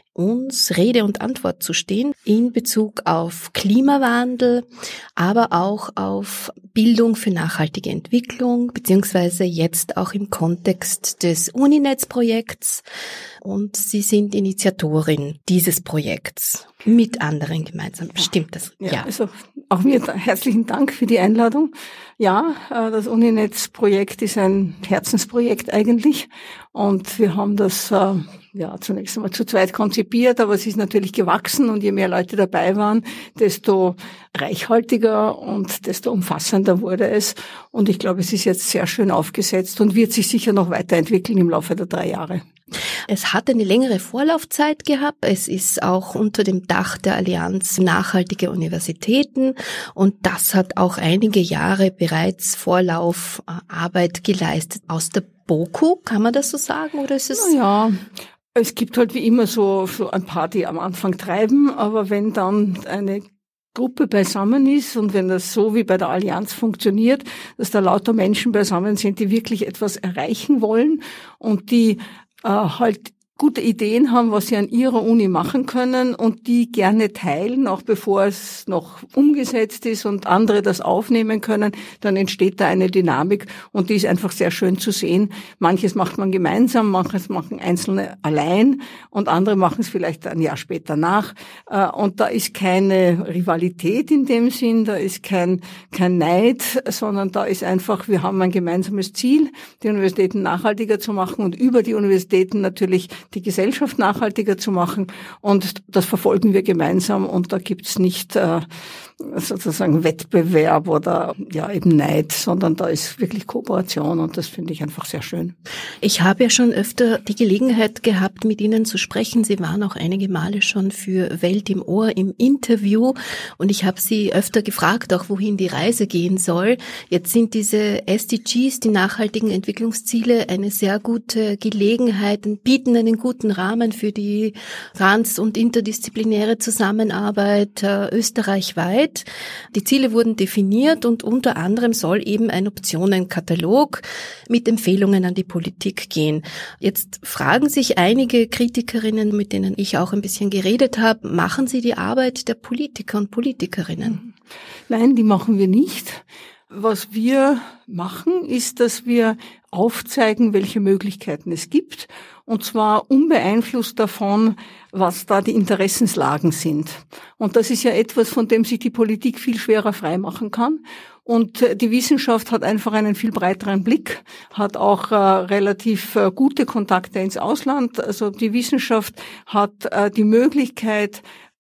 uns Rede und Antwort zu stehen in Bezug auf Klimawandel, aber auch auf Bildung für nachhaltige Entwicklung, beziehungsweise jetzt auch im Kontext des Uninetz-Projekts. Und Sie sind Initiatorin dieses Projekts mit anderen gemeinsam. Stimmt das? Ja, ja. Also auch mir herzlichen Dank für die Einladung. Ja, das Uninetz-Projekt ist ein Herzensprojekt eigentlich. Und wir haben das ja zunächst einmal zu zweit konzipiert, aber es ist natürlich gewachsen und je mehr Leute dabei waren, desto reichhaltiger und desto umfassender wurde es. Und ich glaube, es ist jetzt sehr schön aufgesetzt und wird sich sicher noch weiterentwickeln im Laufe der drei Jahre. Es hat eine längere Vorlaufzeit gehabt. Es ist auch unter dem Dach der Allianz Nachhaltige Universitäten und das hat auch einige Jahre bereits Vorlaufarbeit geleistet. Aus der BOKU, kann man das so sagen, oder ist es? Ja, es gibt halt wie immer so, so ein paar, die am Anfang treiben, aber wenn dann eine Gruppe beisammen ist und wenn das so wie bei der Allianz funktioniert, dass da lauter Menschen beisammen sind, die wirklich etwas erreichen wollen und die äh, halt gute Ideen haben, was sie an ihrer Uni machen können und die gerne teilen, auch bevor es noch umgesetzt ist und andere das aufnehmen können, dann entsteht da eine Dynamik und die ist einfach sehr schön zu sehen. Manches macht man gemeinsam, manches machen Einzelne allein und andere machen es vielleicht ein Jahr später nach. Und da ist keine Rivalität in dem Sinn, da ist kein, kein Neid, sondern da ist einfach, wir haben ein gemeinsames Ziel, die Universitäten nachhaltiger zu machen und über die Universitäten natürlich die Gesellschaft nachhaltiger zu machen und das verfolgen wir gemeinsam und da gibt's nicht äh, sozusagen Wettbewerb oder ja eben Neid, sondern da ist wirklich Kooperation und das finde ich einfach sehr schön. Ich habe ja schon öfter die Gelegenheit gehabt, mit Ihnen zu sprechen. Sie waren auch einige Male schon für Welt im Ohr im Interview und ich habe Sie öfter gefragt, auch wohin die Reise gehen soll. Jetzt sind diese S D Gs, die nachhaltigen Entwicklungsziele, eine sehr gute Gelegenheit und bieten einen guten Rahmen für die trans- und interdisziplinäre Zusammenarbeit äh, österreichweit. Die Ziele wurden definiert und unter anderem soll eben ein Optionenkatalog mit Empfehlungen an die Politik gehen. Jetzt fragen sich einige Kritikerinnen, mit denen ich auch ein bisschen geredet habe, machen Sie die Arbeit der Politiker und Politikerinnen? Nein, die machen wir nicht. Was wir machen, ist, dass wir aufzeigen, welche Möglichkeiten es gibt, und zwar unbeeinflusst davon, was da die Interessenslagen sind. Und das ist ja etwas, von dem sich die Politik viel schwerer freimachen kann. Und die Wissenschaft hat einfach einen viel breiteren Blick, hat auch äh, relativ äh, gute Kontakte ins Ausland. Also die Wissenschaft hat äh, die Möglichkeit,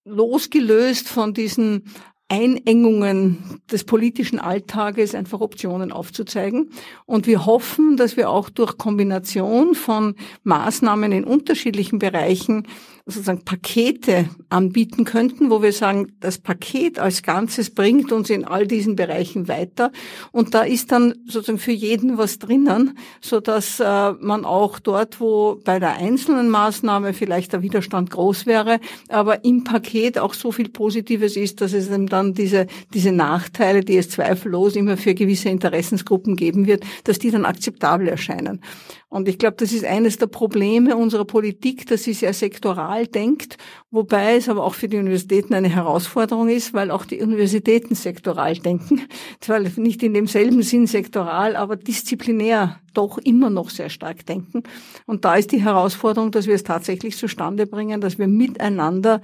losgelöst von diesen Einengungen des politischen Alltages einfach Optionen aufzuzeigen. Und wir hoffen, dass wir auch durch Kombination von Maßnahmen in unterschiedlichen Bereichen sozusagen Pakete anbieten könnten, wo wir sagen, das Paket als Ganzes bringt uns in all diesen Bereichen weiter. Und da ist dann sozusagen für jeden was drinnen, so dass äh, man auch dort, wo bei der einzelnen Maßnahme vielleicht der Widerstand groß wäre, aber im Paket auch so viel Positives ist, dass es eben dann diese diese Nachteile, die es zweifellos immer für gewisse Interessensgruppen geben wird, dass die dann akzeptabel erscheinen. Und ich glaube, das ist eines der Probleme unserer Politik, dass sie sehr sektoral denkt, wobei es aber auch für die Universitäten eine Herausforderung ist, weil auch die Universitäten sektoral denken. Zwar nicht in demselben Sinn sektoral, aber disziplinär doch immer noch sehr stark denken. Und da ist die Herausforderung, dass wir es tatsächlich zustande bringen, dass wir miteinander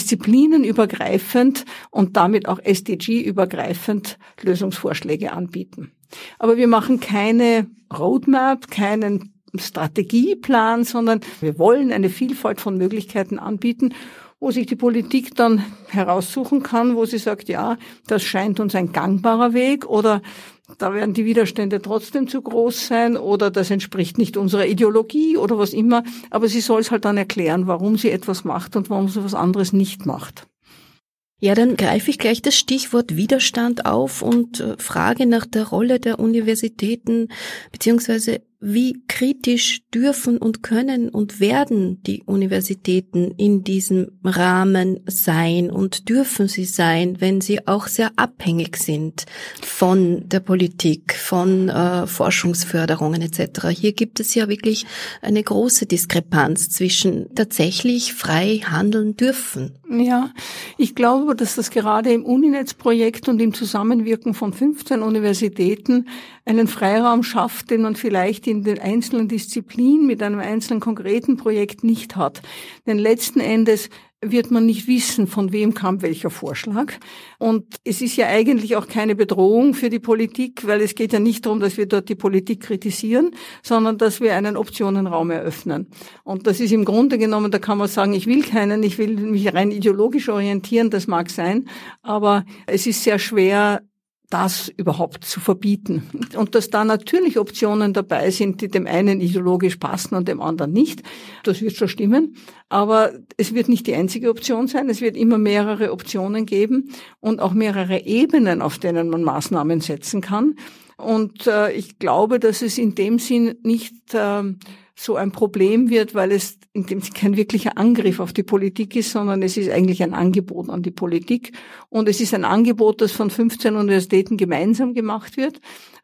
disziplinenübergreifend und damit auch S D G-übergreifend Lösungsvorschläge anbieten. Aber wir machen keine Roadmap, keinen Strategieplan, sondern wir wollen eine Vielfalt von Möglichkeiten anbieten, wo sich die Politik dann heraussuchen kann, wo sie sagt, ja, das scheint uns ein gangbarer Weg oder da werden die Widerstände trotzdem zu groß sein oder das entspricht nicht unserer Ideologie oder was immer. Aber sie soll es halt dann erklären, warum sie etwas macht und warum sie was anderes nicht macht. Ja, dann greife ich gleich das Stichwort Widerstand auf und äh, frage nach der Rolle der Universitäten, beziehungsweise wie kritisch dürfen und können und werden die Universitäten in diesem Rahmen sein und dürfen sie sein, wenn sie auch sehr abhängig sind von der Politik, von äh, Forschungsförderungen et cetera. Hier gibt es ja wirklich eine große Diskrepanz zwischen tatsächlich frei handeln dürfen. Ja, ich glaube, dass das gerade im Uninetz-Projekt und im Zusammenwirken von fünfzehn Universitäten einen Freiraum schafft, den man vielleicht in den einzelnen Disziplinen mit einem einzelnen konkreten Projekt nicht hat. Denn letzten Endes wird man nicht wissen, von wem kam welcher Vorschlag. Und es ist ja eigentlich auch keine Bedrohung für die Politik, weil es geht ja nicht darum, dass wir dort die Politik kritisieren, sondern dass wir einen Optionenraum eröffnen. Und das ist im Grunde genommen, da kann man sagen, ich will keinen, ich will mich rein ideologisch orientieren, das mag sein, aber es ist sehr schwer, das überhaupt zu verbieten. Und dass da natürlich Optionen dabei sind, die dem einen ideologisch passen und dem anderen nicht, das wird schon stimmen. Aber es wird nicht die einzige Option sein. Es wird immer mehrere Optionen geben und auch mehrere Ebenen, auf denen man Maßnahmen setzen kann. Und äh, ich glaube, dass es in dem Sinn nicht äh, so ein Problem wird, weil es in dem Sinne kein wirklicher Angriff auf die Politik ist, sondern es ist eigentlich ein Angebot an die Politik. Und es ist ein Angebot, das von fünfzehn Universitäten gemeinsam gemacht wird.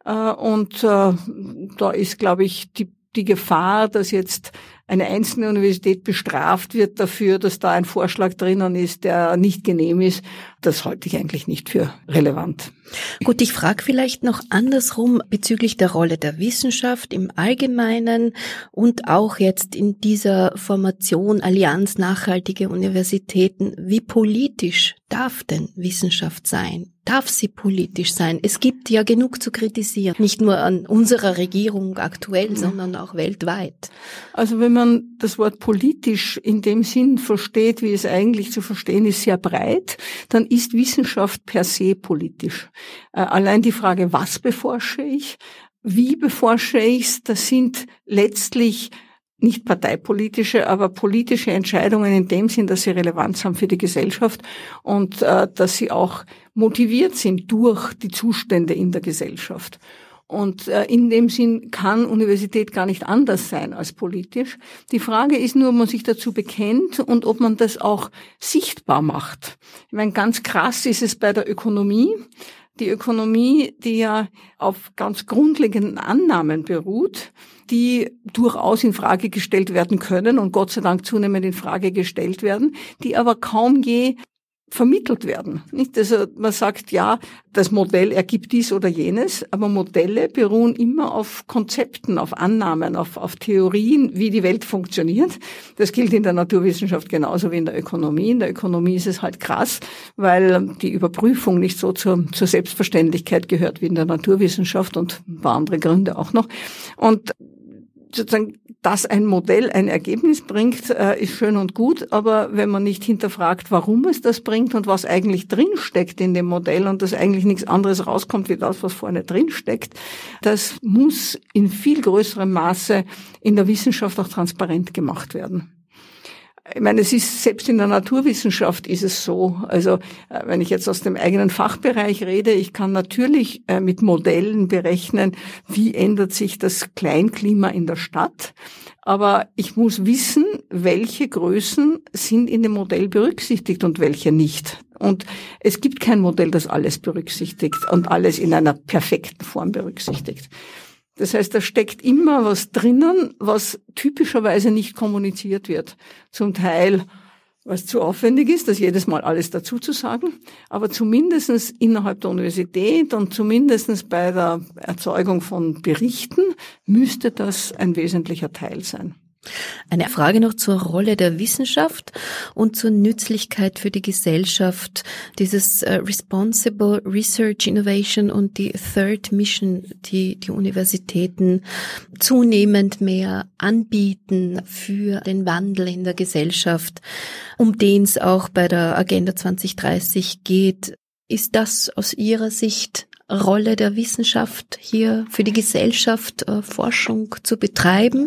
Und da ist, glaube ich, die, die Gefahr, dass jetzt eine einzelne Universität bestraft wird dafür, dass da ein Vorschlag drinnen ist, der nicht genehm ist, das halte ich eigentlich nicht für relevant. Gut, ich frage vielleicht noch andersrum bezüglich der Rolle der Wissenschaft im Allgemeinen und auch jetzt in dieser Formation Allianz Nachhaltige Universitäten. Wie politisch darf denn Wissenschaft sein? Darf sie politisch sein? Es gibt ja genug zu kritisieren, nicht nur an unserer Regierung aktuell, ja, sondern auch weltweit. Also wenn man das Wort politisch in dem Sinn versteht, wie es eigentlich zu verstehen ist, sehr breit, dann ist Wissenschaft per se politisch. Äh, allein die Frage, was beforsche ich, wie beforsche ich's, das sind letztlich nicht parteipolitische, aber politische Entscheidungen in dem Sinn, dass sie Relevanz haben für die Gesellschaft und äh, dass sie auch motiviert sind durch die Zustände in der Gesellschaft. Und äh, in dem Sinn kann Universität gar nicht anders sein als politisch. Die Frage ist nur, ob man sich dazu bekennt und ob man das auch sichtbar macht. Ich meine, ganz krass ist es bei der Ökonomie. Die Ökonomie, die ja auf ganz grundlegenden Annahmen beruht, die durchaus in Frage gestellt werden können und Gott sei Dank zunehmend in Frage gestellt werden, die aber kaum je vermittelt werden. Nicht, also man sagt, ja, das Modell ergibt dies oder jenes, aber Modelle beruhen immer auf Konzepten, auf Annahmen, auf, auf Theorien, wie die Welt funktioniert. Das gilt in der Naturwissenschaft genauso wie in der Ökonomie. In der Ökonomie ist es halt krass, weil die Überprüfung nicht so zur, zur Selbstverständlichkeit gehört wie in der Naturwissenschaft und ein paar andere Gründe auch noch. Und sozusagen, dass ein Modell ein Ergebnis bringt, ist schön und gut, aber wenn man nicht hinterfragt, warum es das bringt und was eigentlich drinsteckt in dem Modell und dass eigentlich nichts anderes rauskommt wie das, was vorne drinsteckt, das muss in viel größerem Maße in der Wissenschaft auch transparent gemacht werden. Ich meine, es ist, selbst in der Naturwissenschaft ist es so, also wenn ich jetzt aus dem eigenen Fachbereich rede, ich kann natürlich mit Modellen berechnen, wie ändert sich das Kleinklima in der Stadt, aber ich muss wissen, welche Größen sind in dem Modell berücksichtigt und welche nicht. Und es gibt kein Modell, das alles berücksichtigt und alles in einer perfekten Form berücksichtigt. Das heißt, da steckt immer was drinnen, was typischerweise nicht kommuniziert wird. Zum Teil, was zu aufwendig ist, das jedes Mal alles dazu zu sagen, aber zumindestens innerhalb der Universität und zumindestens bei der Erzeugung von Berichten müsste das ein wesentlicher Teil sein. Eine Frage noch zur Rolle der Wissenschaft und zur Nützlichkeit für die Gesellschaft. Dieses uh, Responsible Research Innovation und die Third Mission, die die Universitäten zunehmend mehr anbieten für den Wandel in der Gesellschaft, um den es auch bei der Agenda zwanzig dreißig geht. Ist das aus Ihrer Sicht Rolle der Wissenschaft, hier für die Gesellschaft uh, Forschung zu betreiben?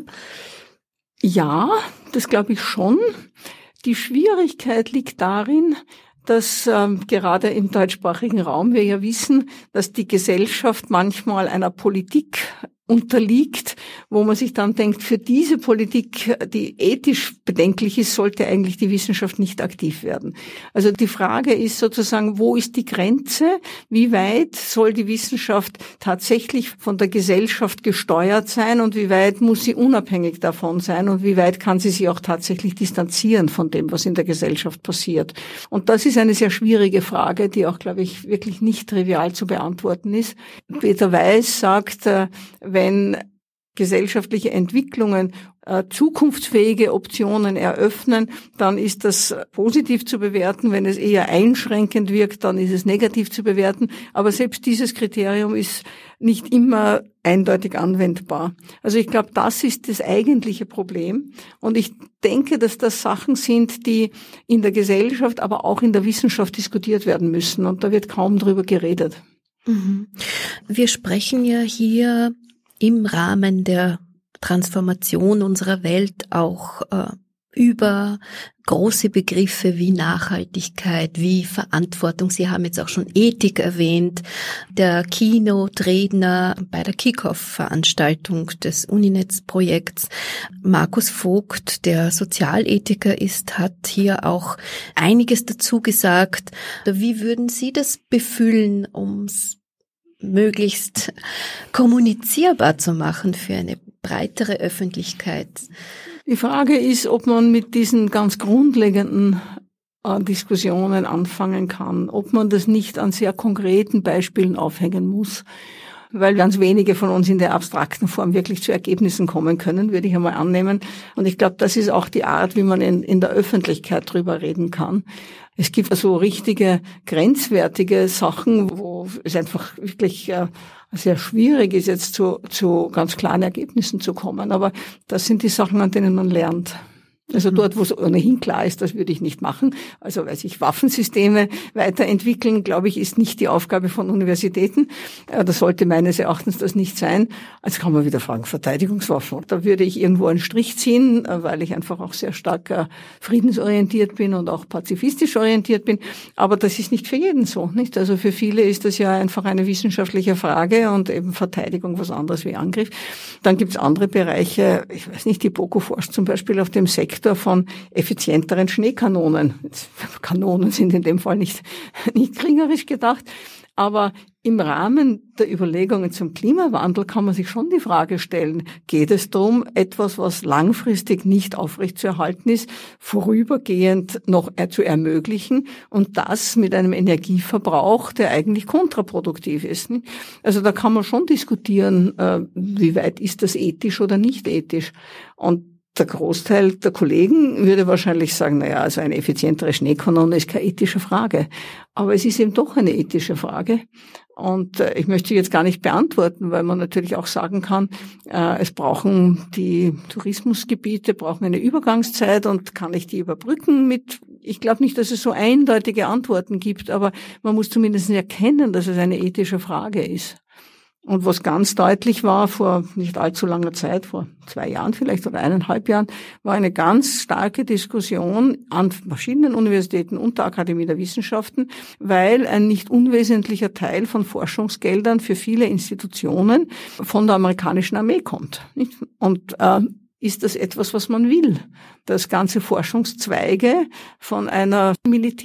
Ja, das glaube ich schon. Die Schwierigkeit liegt darin, dass ähm, gerade im deutschsprachigen Raum wir ja wissen, dass die Gesellschaft manchmal einer Politik unterliegt, wo man sich dann denkt, für diese Politik, die ethisch bedenklich ist, sollte eigentlich die Wissenschaft nicht aktiv werden. Also die Frage ist sozusagen, wo ist die Grenze? Wie weit soll die Wissenschaft tatsächlich von der Gesellschaft gesteuert sein und wie weit muss sie unabhängig davon sein und wie weit kann sie sich auch tatsächlich distanzieren von dem, was in der Gesellschaft passiert? Und das ist eine sehr schwierige Frage, die auch, glaube ich, wirklich nicht trivial zu beantworten ist. Peter Weiß sagt, wenn gesellschaftliche Entwicklungen äh, zukunftsfähige Optionen eröffnen, dann ist das positiv zu bewerten. Wenn es eher einschränkend wirkt, dann ist es negativ zu bewerten. Aber selbst dieses Kriterium ist nicht immer eindeutig anwendbar. Also ich glaube, das ist das eigentliche Problem. Und ich denke, dass das Sachen sind, die in der Gesellschaft, aber auch in der Wissenschaft diskutiert werden müssen. Und da wird kaum drüber geredet. Mhm. Wir sprechen ja hier im Rahmen der Transformation unserer Welt auch äh, über große Begriffe wie Nachhaltigkeit, wie Verantwortung. Sie haben jetzt auch schon Ethik erwähnt. Der Keynote-Redner bei der Kick-Off-Veranstaltung des Uninetz-Projekts, Markus Vogt, der Sozialethiker ist, hat hier auch einiges dazu gesagt. Wie würden Sie das befüllen, ums möglichst kommunizierbar zu machen für eine breitere Öffentlichkeit? Die Frage ist, ob man mit diesen ganz grundlegenden äh, Diskussionen anfangen kann, ob man das nicht an sehr konkreten Beispielen aufhängen muss, weil ganz wenige von uns in der abstrakten Form wirklich zu Ergebnissen kommen können, würde ich einmal annehmen. Und ich glaube, das ist auch die Art, wie man in, in der Öffentlichkeit drüber reden kann. Es gibt so richtige grenzwertige Sachen, wo es einfach wirklich äh, sehr schwierig ist, jetzt zu, zu ganz klaren Ergebnissen zu kommen. Aber das sind die Sachen, an denen man lernt. Also dort, wo es ohnehin klar ist, das würde ich nicht machen. Also, weil sich Waffensysteme weiterentwickeln, glaube ich, ist nicht die Aufgabe von Universitäten. Das sollte meines Erachtens das nicht sein. Also kann man wieder fragen, Verteidigungswaffen. Da würde ich irgendwo einen Strich ziehen, weil ich einfach auch sehr stark friedensorientiert bin und auch pazifistisch orientiert bin. Aber das ist nicht für jeden so, nicht? Also für viele ist das ja einfach eine wissenschaftliche Frage und eben Verteidigung was anderes wie Angriff. Dann gibt es andere Bereiche, ich weiß nicht, die BOKU forscht zum Beispiel auf dem Sektor von effizienteren Schneekanonen. Kanonen sind in dem Fall nicht, nicht kriegerisch gedacht, aber im Rahmen der Überlegungen zum Klimawandel kann man sich schon die Frage stellen, geht es darum, etwas, was langfristig nicht aufrechtzuerhalten ist, vorübergehend noch zu ermöglichen und das mit einem Energieverbrauch, der eigentlich kontraproduktiv ist. Also da kann man schon diskutieren, wie weit ist das ethisch oder nicht ethisch. Und der Großteil der Kollegen würde wahrscheinlich sagen, naja, also eine effizientere Schneekanone ist keine ethische Frage. Aber es ist eben doch eine ethische Frage. Und äh, ich möchte sie jetzt gar nicht beantworten, weil man natürlich auch sagen kann, äh, es brauchen die Tourismusgebiete, brauchen eine Übergangszeit und kann ich die überbrücken mit, ich glaube nicht, dass es so eindeutige Antworten gibt, aber man muss zumindest erkennen, dass es eine ethische Frage ist. Und was ganz deutlich war vor nicht allzu langer Zeit, vor zwei Jahren vielleicht oder eineinhalb Jahren, war eine ganz starke Diskussion an verschiedenen Universitäten und der Akademie der Wissenschaften, weil ein nicht unwesentlicher Teil von Forschungsgeldern für viele Institutionen von der amerikanischen Armee kommt. Und äh, ist das etwas, was man will? Dass ganze Forschungszweige von einer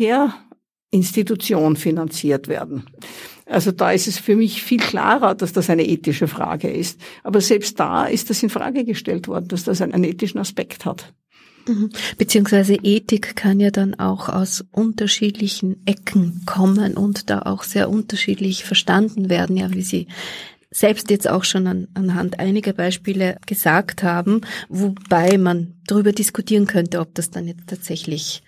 Militärinstitution finanziert werden. Also da ist es für mich viel klarer, dass das eine ethische Frage ist. Aber selbst da ist das in Frage gestellt worden, dass das einen ethischen Aspekt hat. Beziehungsweise Ethik kann ja dann auch aus unterschiedlichen Ecken kommen und da auch sehr unterschiedlich verstanden werden, ja, wie Sie selbst jetzt auch schon an, anhand einiger Beispiele gesagt haben, wobei man darüber diskutieren könnte, ob das dann jetzt tatsächlich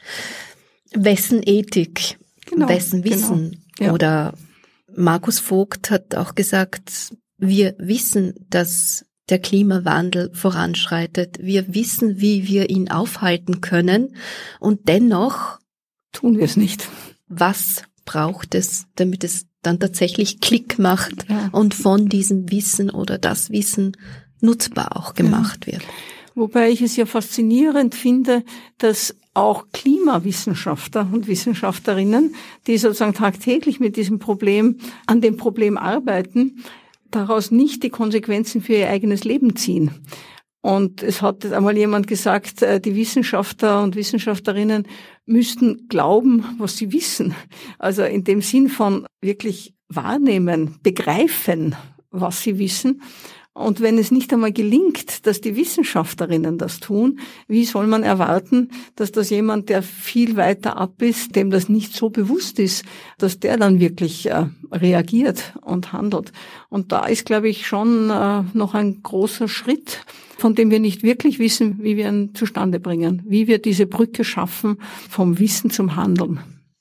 wessen Ethik, genau, wessen Wissen genau, ja. oder Markus Vogt hat auch gesagt, wir wissen, dass der Klimawandel voranschreitet. Wir wissen, wie wir ihn aufhalten können. Und dennoch tun wir es nicht. Was braucht es, damit es dann tatsächlich Klick macht ja. und von diesem Wissen oder das Wissen nutzbar auch gemacht ja. wird? Wobei ich es ja faszinierend finde, dass auch Klimawissenschaftler und Wissenschaftlerinnen, die sozusagen tagtäglich mit diesem Problem, an dem Problem arbeiten, daraus nicht die Konsequenzen für ihr eigenes Leben ziehen. Und es hat einmal jemand gesagt, die Wissenschaftler und Wissenschaftlerinnen müssten glauben, was sie wissen. Also in dem Sinn von wirklich wahrnehmen, begreifen, was sie wissen. Und wenn es nicht einmal gelingt, dass die Wissenschaftlerinnen das tun, wie soll man erwarten, dass das jemand, der viel weiter ab ist, dem das nicht so bewusst ist, dass der dann wirklich äh, reagiert und handelt. Und da ist, glaube ich, schon äh, noch ein großer Schritt, von dem wir nicht wirklich wissen, wie wir ihn zustande bringen, wie wir diese Brücke schaffen vom Wissen zum Handeln.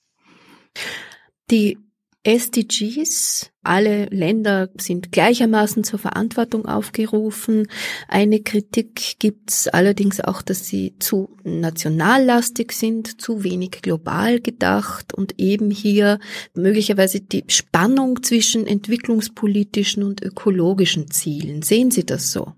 Die S D Gs, alle Länder sind gleichermaßen zur Verantwortung aufgerufen. Eine Kritik gibt's allerdings auch, dass sie zu nationallastig sind, zu wenig global gedacht und eben hier möglicherweise die Spannung zwischen entwicklungspolitischen und ökologischen Zielen. Sehen Sie das so?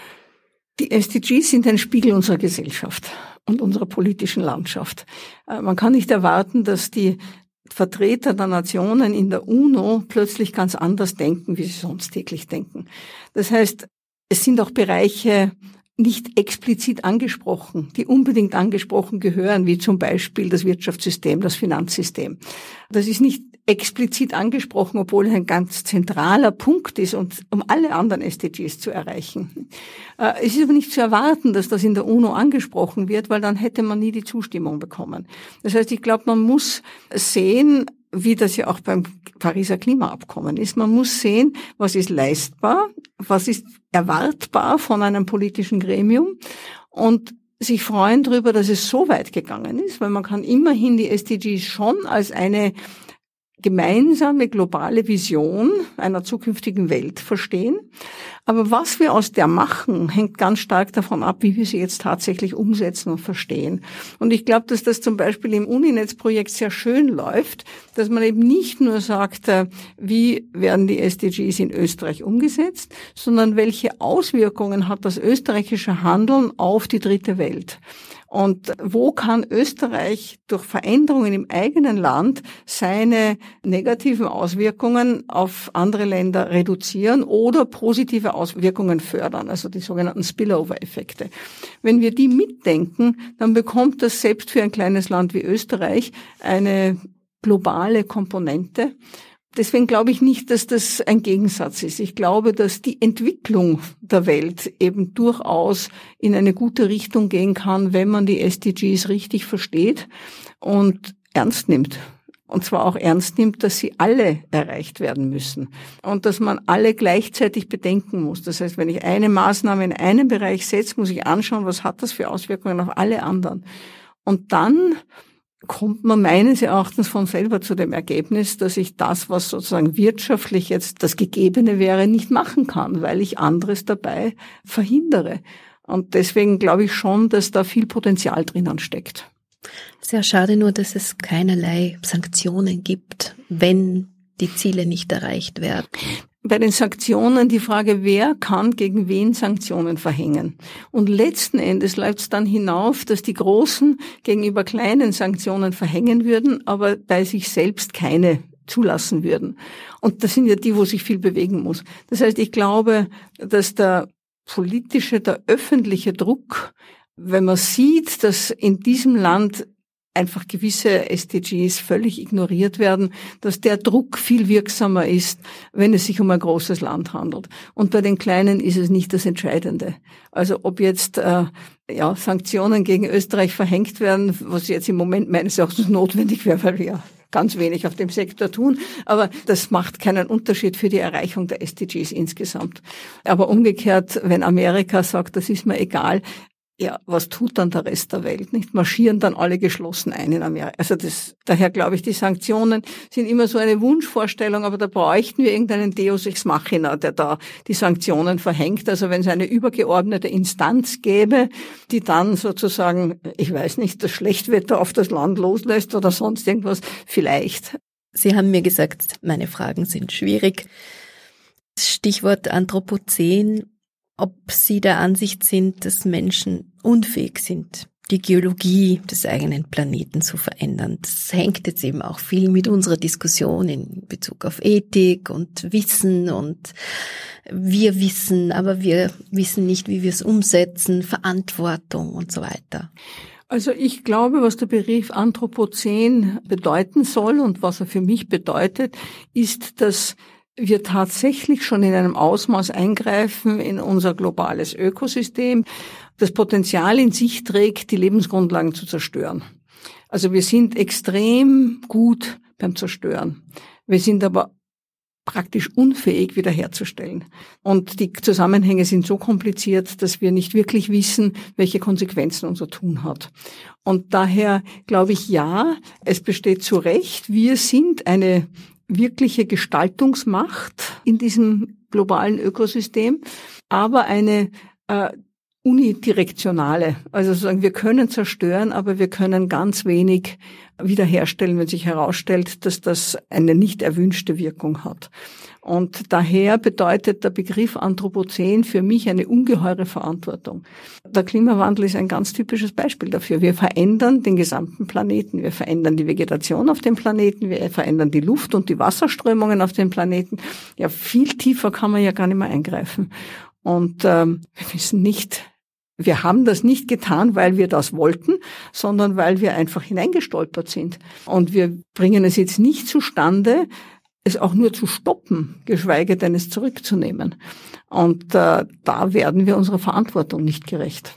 Die S D Gs sind ein Spiegel unserer Gesellschaft und unserer politischen Landschaft. Man kann nicht erwarten, dass die Vertreter der Nationen in der UNO plötzlich ganz anders denken, wie sie sonst täglich denken. Das heißt, es sind auch Bereiche nicht explizit angesprochen, die unbedingt angesprochen gehören, wie zum Beispiel das Wirtschaftssystem, das Finanzsystem. Das ist nicht explizit angesprochen, obwohl es ein ganz zentraler Punkt ist, und um alle anderen S D Gs zu erreichen. Es ist aber nicht zu erwarten, dass das in der UNO angesprochen wird, weil dann hätte man nie die Zustimmung bekommen. Das heißt, ich glaube, man muss sehen, wie das ja auch beim Pariser Klimaabkommen ist. Man muss sehen, was ist leistbar, was ist erwartbar von einem politischen Gremium und sich freuen darüber, dass es so weit gegangen ist, weil man kann immerhin die S D Gs schon als eine gemeinsame globale Vision einer zukünftigen Welt verstehen. Aber was wir aus der machen, hängt ganz stark davon ab, wie wir sie jetzt tatsächlich umsetzen und verstehen. Und ich glaube, dass das zum Beispiel im Uninetz-Projekt sehr schön läuft, dass man eben nicht nur sagt, wie werden die S D Gs in Österreich umgesetzt, sondern welche Auswirkungen hat das österreichische Handeln auf die dritte Welt. Und wo kann Österreich durch Veränderungen im eigenen Land seine negativen Auswirkungen auf andere Länder reduzieren oder positive Auswirkungen fördern, also die sogenannten Spillover-Effekte. Wenn wir die mitdenken, dann bekommt das selbst für ein kleines Land wie Österreich eine globale Komponente. Deswegen glaube ich nicht, dass das ein Gegensatz ist. Ich glaube, dass die Entwicklung der Welt eben durchaus in eine gute Richtung gehen kann, wenn man die S D Gs richtig versteht und ernst nimmt. und zwar auch ernst nimmt, dass sie alle erreicht werden müssen und dass man alle gleichzeitig bedenken muss. Das heißt, wenn ich eine Maßnahme in einem Bereich setze, muss ich anschauen, was hat das für Auswirkungen auf alle anderen. Und dann kommt man meines Erachtens von selber zu dem Ergebnis, dass ich das, was sozusagen wirtschaftlich jetzt das Gegebene wäre, nicht machen kann, weil ich anderes dabei verhindere. Und deswegen glaube ich schon, dass da viel Potenzial drinnen steckt. Sehr schade nur, dass es keinerlei Sanktionen gibt, wenn die Ziele nicht erreicht werden. Bei den Sanktionen die Frage, wer kann gegen wen Sanktionen verhängen? Und letzten Endes läuft es dann hinauf, dass die Großen gegenüber kleinen Sanktionen verhängen würden, aber bei sich selbst keine zulassen würden. Und das sind ja die, wo sich viel bewegen muss. Das heißt, ich glaube, dass der politische, der öffentliche Druck, wenn man sieht, dass in diesem Land einfach gewisse S D Gs völlig ignoriert werden, dass der Druck viel wirksamer ist, wenn es sich um ein großes Land handelt. Und bei den Kleinen ist es nicht das Entscheidende. Also ob jetzt äh, ja Sanktionen gegen Österreich verhängt werden, was jetzt im Moment meines Erachtens notwendig wäre, weil wir ja ganz wenig auf dem Sektor tun, aber das macht keinen Unterschied für die Erreichung der S D Gs insgesamt. Aber umgekehrt, wenn Amerika sagt, das ist mir egal, ja, was tut dann der Rest der Welt, nicht? Marschieren dann alle geschlossen ein in Amerika. Also das, daher glaube ich, die Sanktionen sind immer so eine Wunschvorstellung, aber da bräuchten wir irgendeinen Deus ex machina, der da die Sanktionen verhängt. Also wenn es eine übergeordnete Instanz gäbe, die dann sozusagen, ich weiß nicht, das Schlechtwetter auf das Land loslässt oder sonst irgendwas, vielleicht. Sie haben mir gesagt, meine Fragen sind schwierig. Stichwort Anthropozän. Ob Sie der Ansicht sind, dass Menschen unfähig sind, die Geologie des eigenen Planeten zu verändern. Das hängt jetzt eben auch viel mit unserer Diskussion in Bezug auf Ethik und Wissen und wir wissen, aber wir wissen nicht, wie wir es umsetzen, Verantwortung und so weiter. Also ich glaube, was der Begriff Anthropozän bedeuten soll und was er für mich bedeutet, ist, dass wir tatsächlich schon in einem Ausmaß eingreifen in unser globales Ökosystem, das Potenzial in sich trägt, die Lebensgrundlagen zu zerstören. Also wir sind extrem gut beim Zerstören. Wir sind aber praktisch unfähig wiederherzustellen. Und die Zusammenhänge sind so kompliziert, dass wir nicht wirklich wissen, welche Konsequenzen unser Tun hat. Und daher glaube ich, ja, es besteht zu Recht, wir sind eine wirkliche Gestaltungsmacht in diesem globalen Ökosystem, aber eine äh, unidirektionale. Also sozusagen, wir können zerstören, aber wir können ganz wenig wiederherstellen, wenn sich herausstellt, dass das eine nicht erwünschte Wirkung hat. Und daher bedeutet der Begriff Anthropozän für mich eine ungeheure Verantwortung. Der Klimawandel ist ein ganz typisches Beispiel dafür. Wir verändern den gesamten Planeten. Wir verändern die Vegetation auf dem Planeten. Wir verändern die Luft- und die Wasserströmungen auf dem Planeten. Ja, viel tiefer kann man ja gar nicht mehr eingreifen. Und ähm, wir wissen nicht, wir haben das nicht getan, weil wir das wollten, sondern weil wir einfach hineingestolpert sind. Und wir bringen es jetzt nicht zustande, es auch nur zu stoppen, geschweige denn es zurückzunehmen. Und äh, da werden wir unserer Verantwortung nicht gerecht.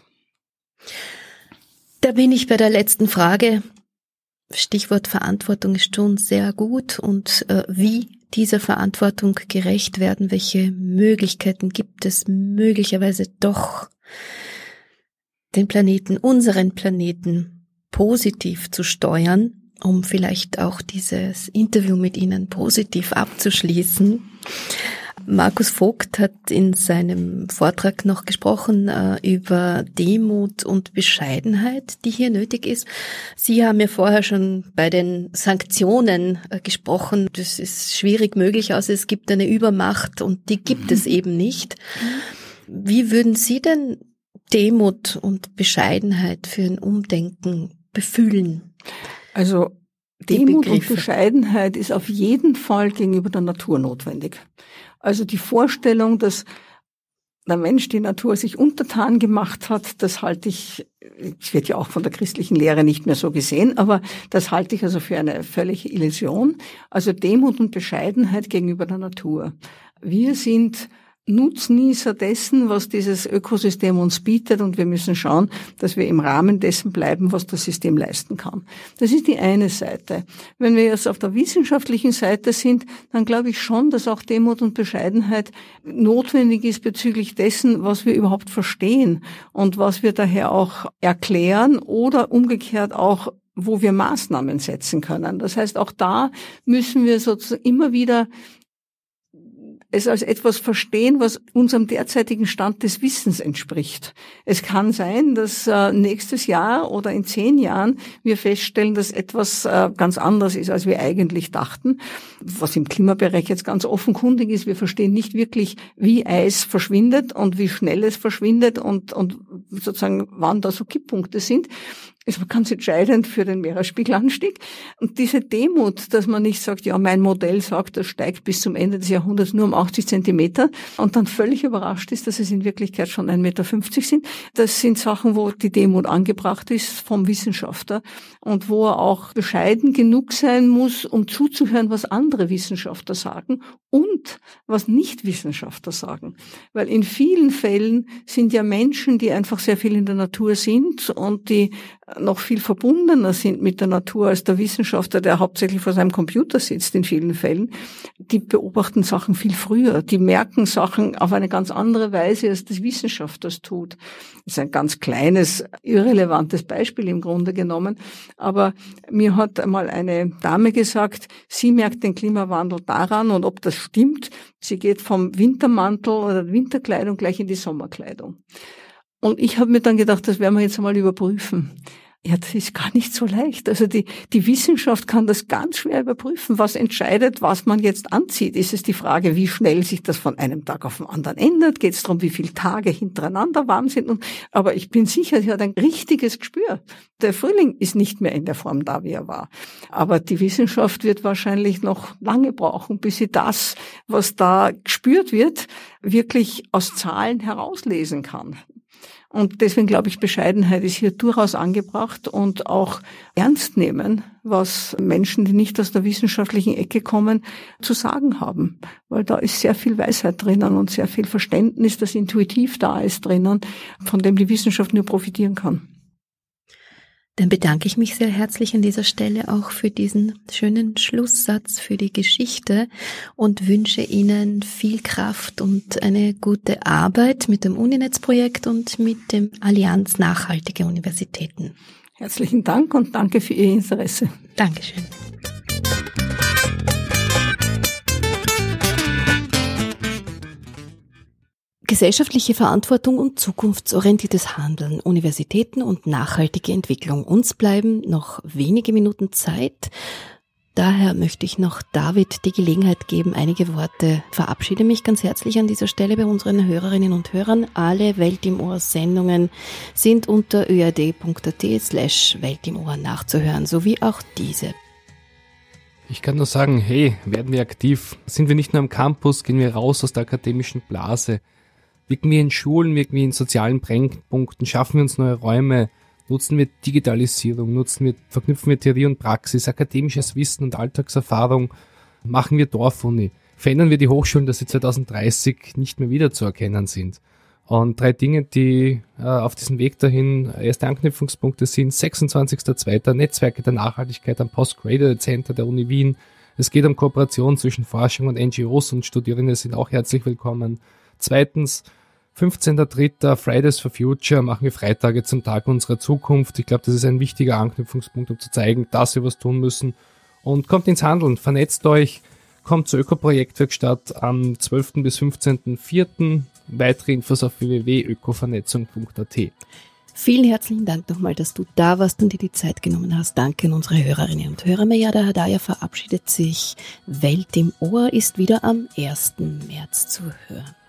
Da bin ich bei der letzten Frage. Stichwort Verantwortung ist schon sehr gut. Und äh, wie dieser Verantwortung gerecht werden, welche Möglichkeiten gibt es möglicherweise doch, den Planeten, unseren Planeten positiv zu steuern, um vielleicht auch dieses Interview mit Ihnen positiv abzuschließen. Markus Vogt hat in seinem Vortrag noch gesprochen äh, über Demut und Bescheidenheit, die hier nötig ist. Sie haben ja vorher schon bei den Sanktionen äh, gesprochen. Das ist schwierig möglich, außer es gibt eine Übermacht und die gibt es eben nicht. Wie würden Sie denn Demut und Bescheidenheit für ein Umdenken befühlen? Also Demut und Bescheidenheit ist auf jeden Fall gegenüber der Natur notwendig. Also die Vorstellung, dass der Mensch die Natur sich untertan gemacht hat, das halte ich, es wird ja auch von der christlichen Lehre nicht mehr so gesehen, aber das halte ich also für eine völlige Illusion. Also Demut und Bescheidenheit gegenüber der Natur. Wir sind Nutznießer dessen, was dieses Ökosystem uns bietet, und wir müssen schauen, dass wir im Rahmen dessen bleiben, was das System leisten kann. Das ist die eine Seite. Wenn wir jetzt auf der wissenschaftlichen Seite sind, dann glaube ich schon, dass auch Demut und Bescheidenheit notwendig ist bezüglich dessen, was wir überhaupt verstehen und was wir daher auch erklären oder umgekehrt auch, wo wir Maßnahmen setzen können. Das heißt, auch da müssen wir sozusagen immer wieder es als etwas verstehen, was unserem derzeitigen Stand des Wissens entspricht. Es kann sein, dass äh, nächstes Jahr oder in zehn Jahren wir feststellen, dass etwas äh, ganz anders ist, als wir eigentlich dachten. Was im Klimabereich jetzt ganz offenkundig ist, wir verstehen nicht wirklich, wie Eis verschwindet und wie schnell es verschwindet und, und sozusagen, wann da so Kipppunkte sind. Es war ganz entscheidend für den Meeresspiegelanstieg. Und diese Demut, dass man nicht sagt, ja, mein Modell sagt, das steigt bis zum Ende des Jahrhunderts nur um achtzig Zentimeter und dann völlig überrascht ist, dass es in Wirklichkeit schon ein Meter fünfzig sind. Das sind Sachen, wo die Demut angebracht ist vom Wissenschaftler und wo er auch bescheiden genug sein muss, um zuzuhören, was andere Wissenschaftler sagen und was Nicht-Wissenschaftler sagen. Weil in vielen Fällen sind ja Menschen, die einfach sehr viel in der Natur sind und die noch viel verbundener sind mit der Natur als der Wissenschaftler, der hauptsächlich vor seinem Computer sitzt in vielen Fällen. Die beobachten Sachen viel früher. Die merken Sachen auf eine ganz andere Weise, als das Wissenschaftler es tut. Das ist ein ganz kleines, irrelevantes Beispiel im Grunde genommen. Aber mir hat einmal eine Dame gesagt, sie merkt den Klimawandel daran, und ob das stimmt, sie geht vom Wintermantel oder Winterkleidung gleich in die Sommerkleidung. Und ich habe mir dann gedacht, das werden wir jetzt einmal überprüfen. Ja, das ist gar nicht so leicht. Also die, die Wissenschaft kann das ganz schwer überprüfen. Was entscheidet, was man jetzt anzieht? Ist es die Frage, wie schnell sich das von einem Tag auf den anderen ändert? Geht es darum, wie viele Tage hintereinander warm sind? Und, aber ich bin sicher, sie hat ein richtiges Gespür. Der Frühling ist nicht mehr in der Form da, wie er war. Aber die Wissenschaft wird wahrscheinlich noch lange brauchen, bis sie das, was da gespürt wird, wirklich aus Zahlen herauslesen kann. Und deswegen glaube ich, Bescheidenheit ist hier durchaus angebracht und auch ernst nehmen, was Menschen, die nicht aus der wissenschaftlichen Ecke kommen, zu sagen haben. Weil da ist sehr viel Weisheit drinnen und sehr viel Verständnis, das intuitiv da ist drinnen, von dem die Wissenschaft nur profitieren kann. Dann bedanke ich mich sehr herzlich an dieser Stelle auch für diesen schönen Schlusssatz, für die Geschichte und wünsche Ihnen viel Kraft und eine gute Arbeit mit dem Uninetz-Projekt und mit dem Allianz Nachhaltige Universitäten. Herzlichen Dank und danke für Ihr Interesse. Dankeschön. Gesellschaftliche Verantwortung und zukunftsorientiertes Handeln, Universitäten und nachhaltige Entwicklung. Uns bleiben noch wenige Minuten Zeit. Daher möchte ich noch David die Gelegenheit geben, einige Worte. Ich verabschiede mich ganz herzlich an dieser Stelle bei unseren Hörerinnen und Hörern. Alle Welt im Ohr Sendungen sind unter ö a d punkt a t slash Welt im Ohr nachzuhören, sowie auch diese. Ich kann nur sagen, hey, werden wir aktiv. Sind wir nicht nur am Campus, gehen wir raus aus der akademischen Blase. Wirken wir in Schulen, wirken wir in sozialen Brennpunkten, schaffen wir uns neue Räume, nutzen wir Digitalisierung, nutzen wir, verknüpfen wir Theorie und Praxis, akademisches Wissen und Alltagserfahrung, machen wir Dorfuni, verändern wir die Hochschulen, dass sie zwanzig dreißig nicht mehr wiederzuerkennen sind. Und drei Dinge, die äh, auf diesem Weg dahin erste Anknüpfungspunkte sind: sechsundzwanzigster zweiter Netzwerke der Nachhaltigkeit am Postgraduate Center der Uni Wien. Es geht um Kooperation zwischen Forschung und N G Os und Studierende sind auch herzlich willkommen. Zweitens, fünfzehnter dritter Fridays for Future, machen wir Freitage zum Tag unserer Zukunft. Ich glaube, das ist ein wichtiger Anknüpfungspunkt, um zu zeigen, dass wir was tun müssen. Und kommt ins Handeln, vernetzt euch, kommt zur Öko-Projektwerkstatt am zwölften bis fünfzehnten vierten Weitere Infos auf w w w punkt ökovernetzung punkt a t. Vielen herzlichen Dank nochmal, dass du da warst und dir die Zeit genommen hast. Danke an unsere Hörerinnen und Hörer. Mejada Hadaya verabschiedet sich. Welt im Ohr ist wieder am ersten März zu hören.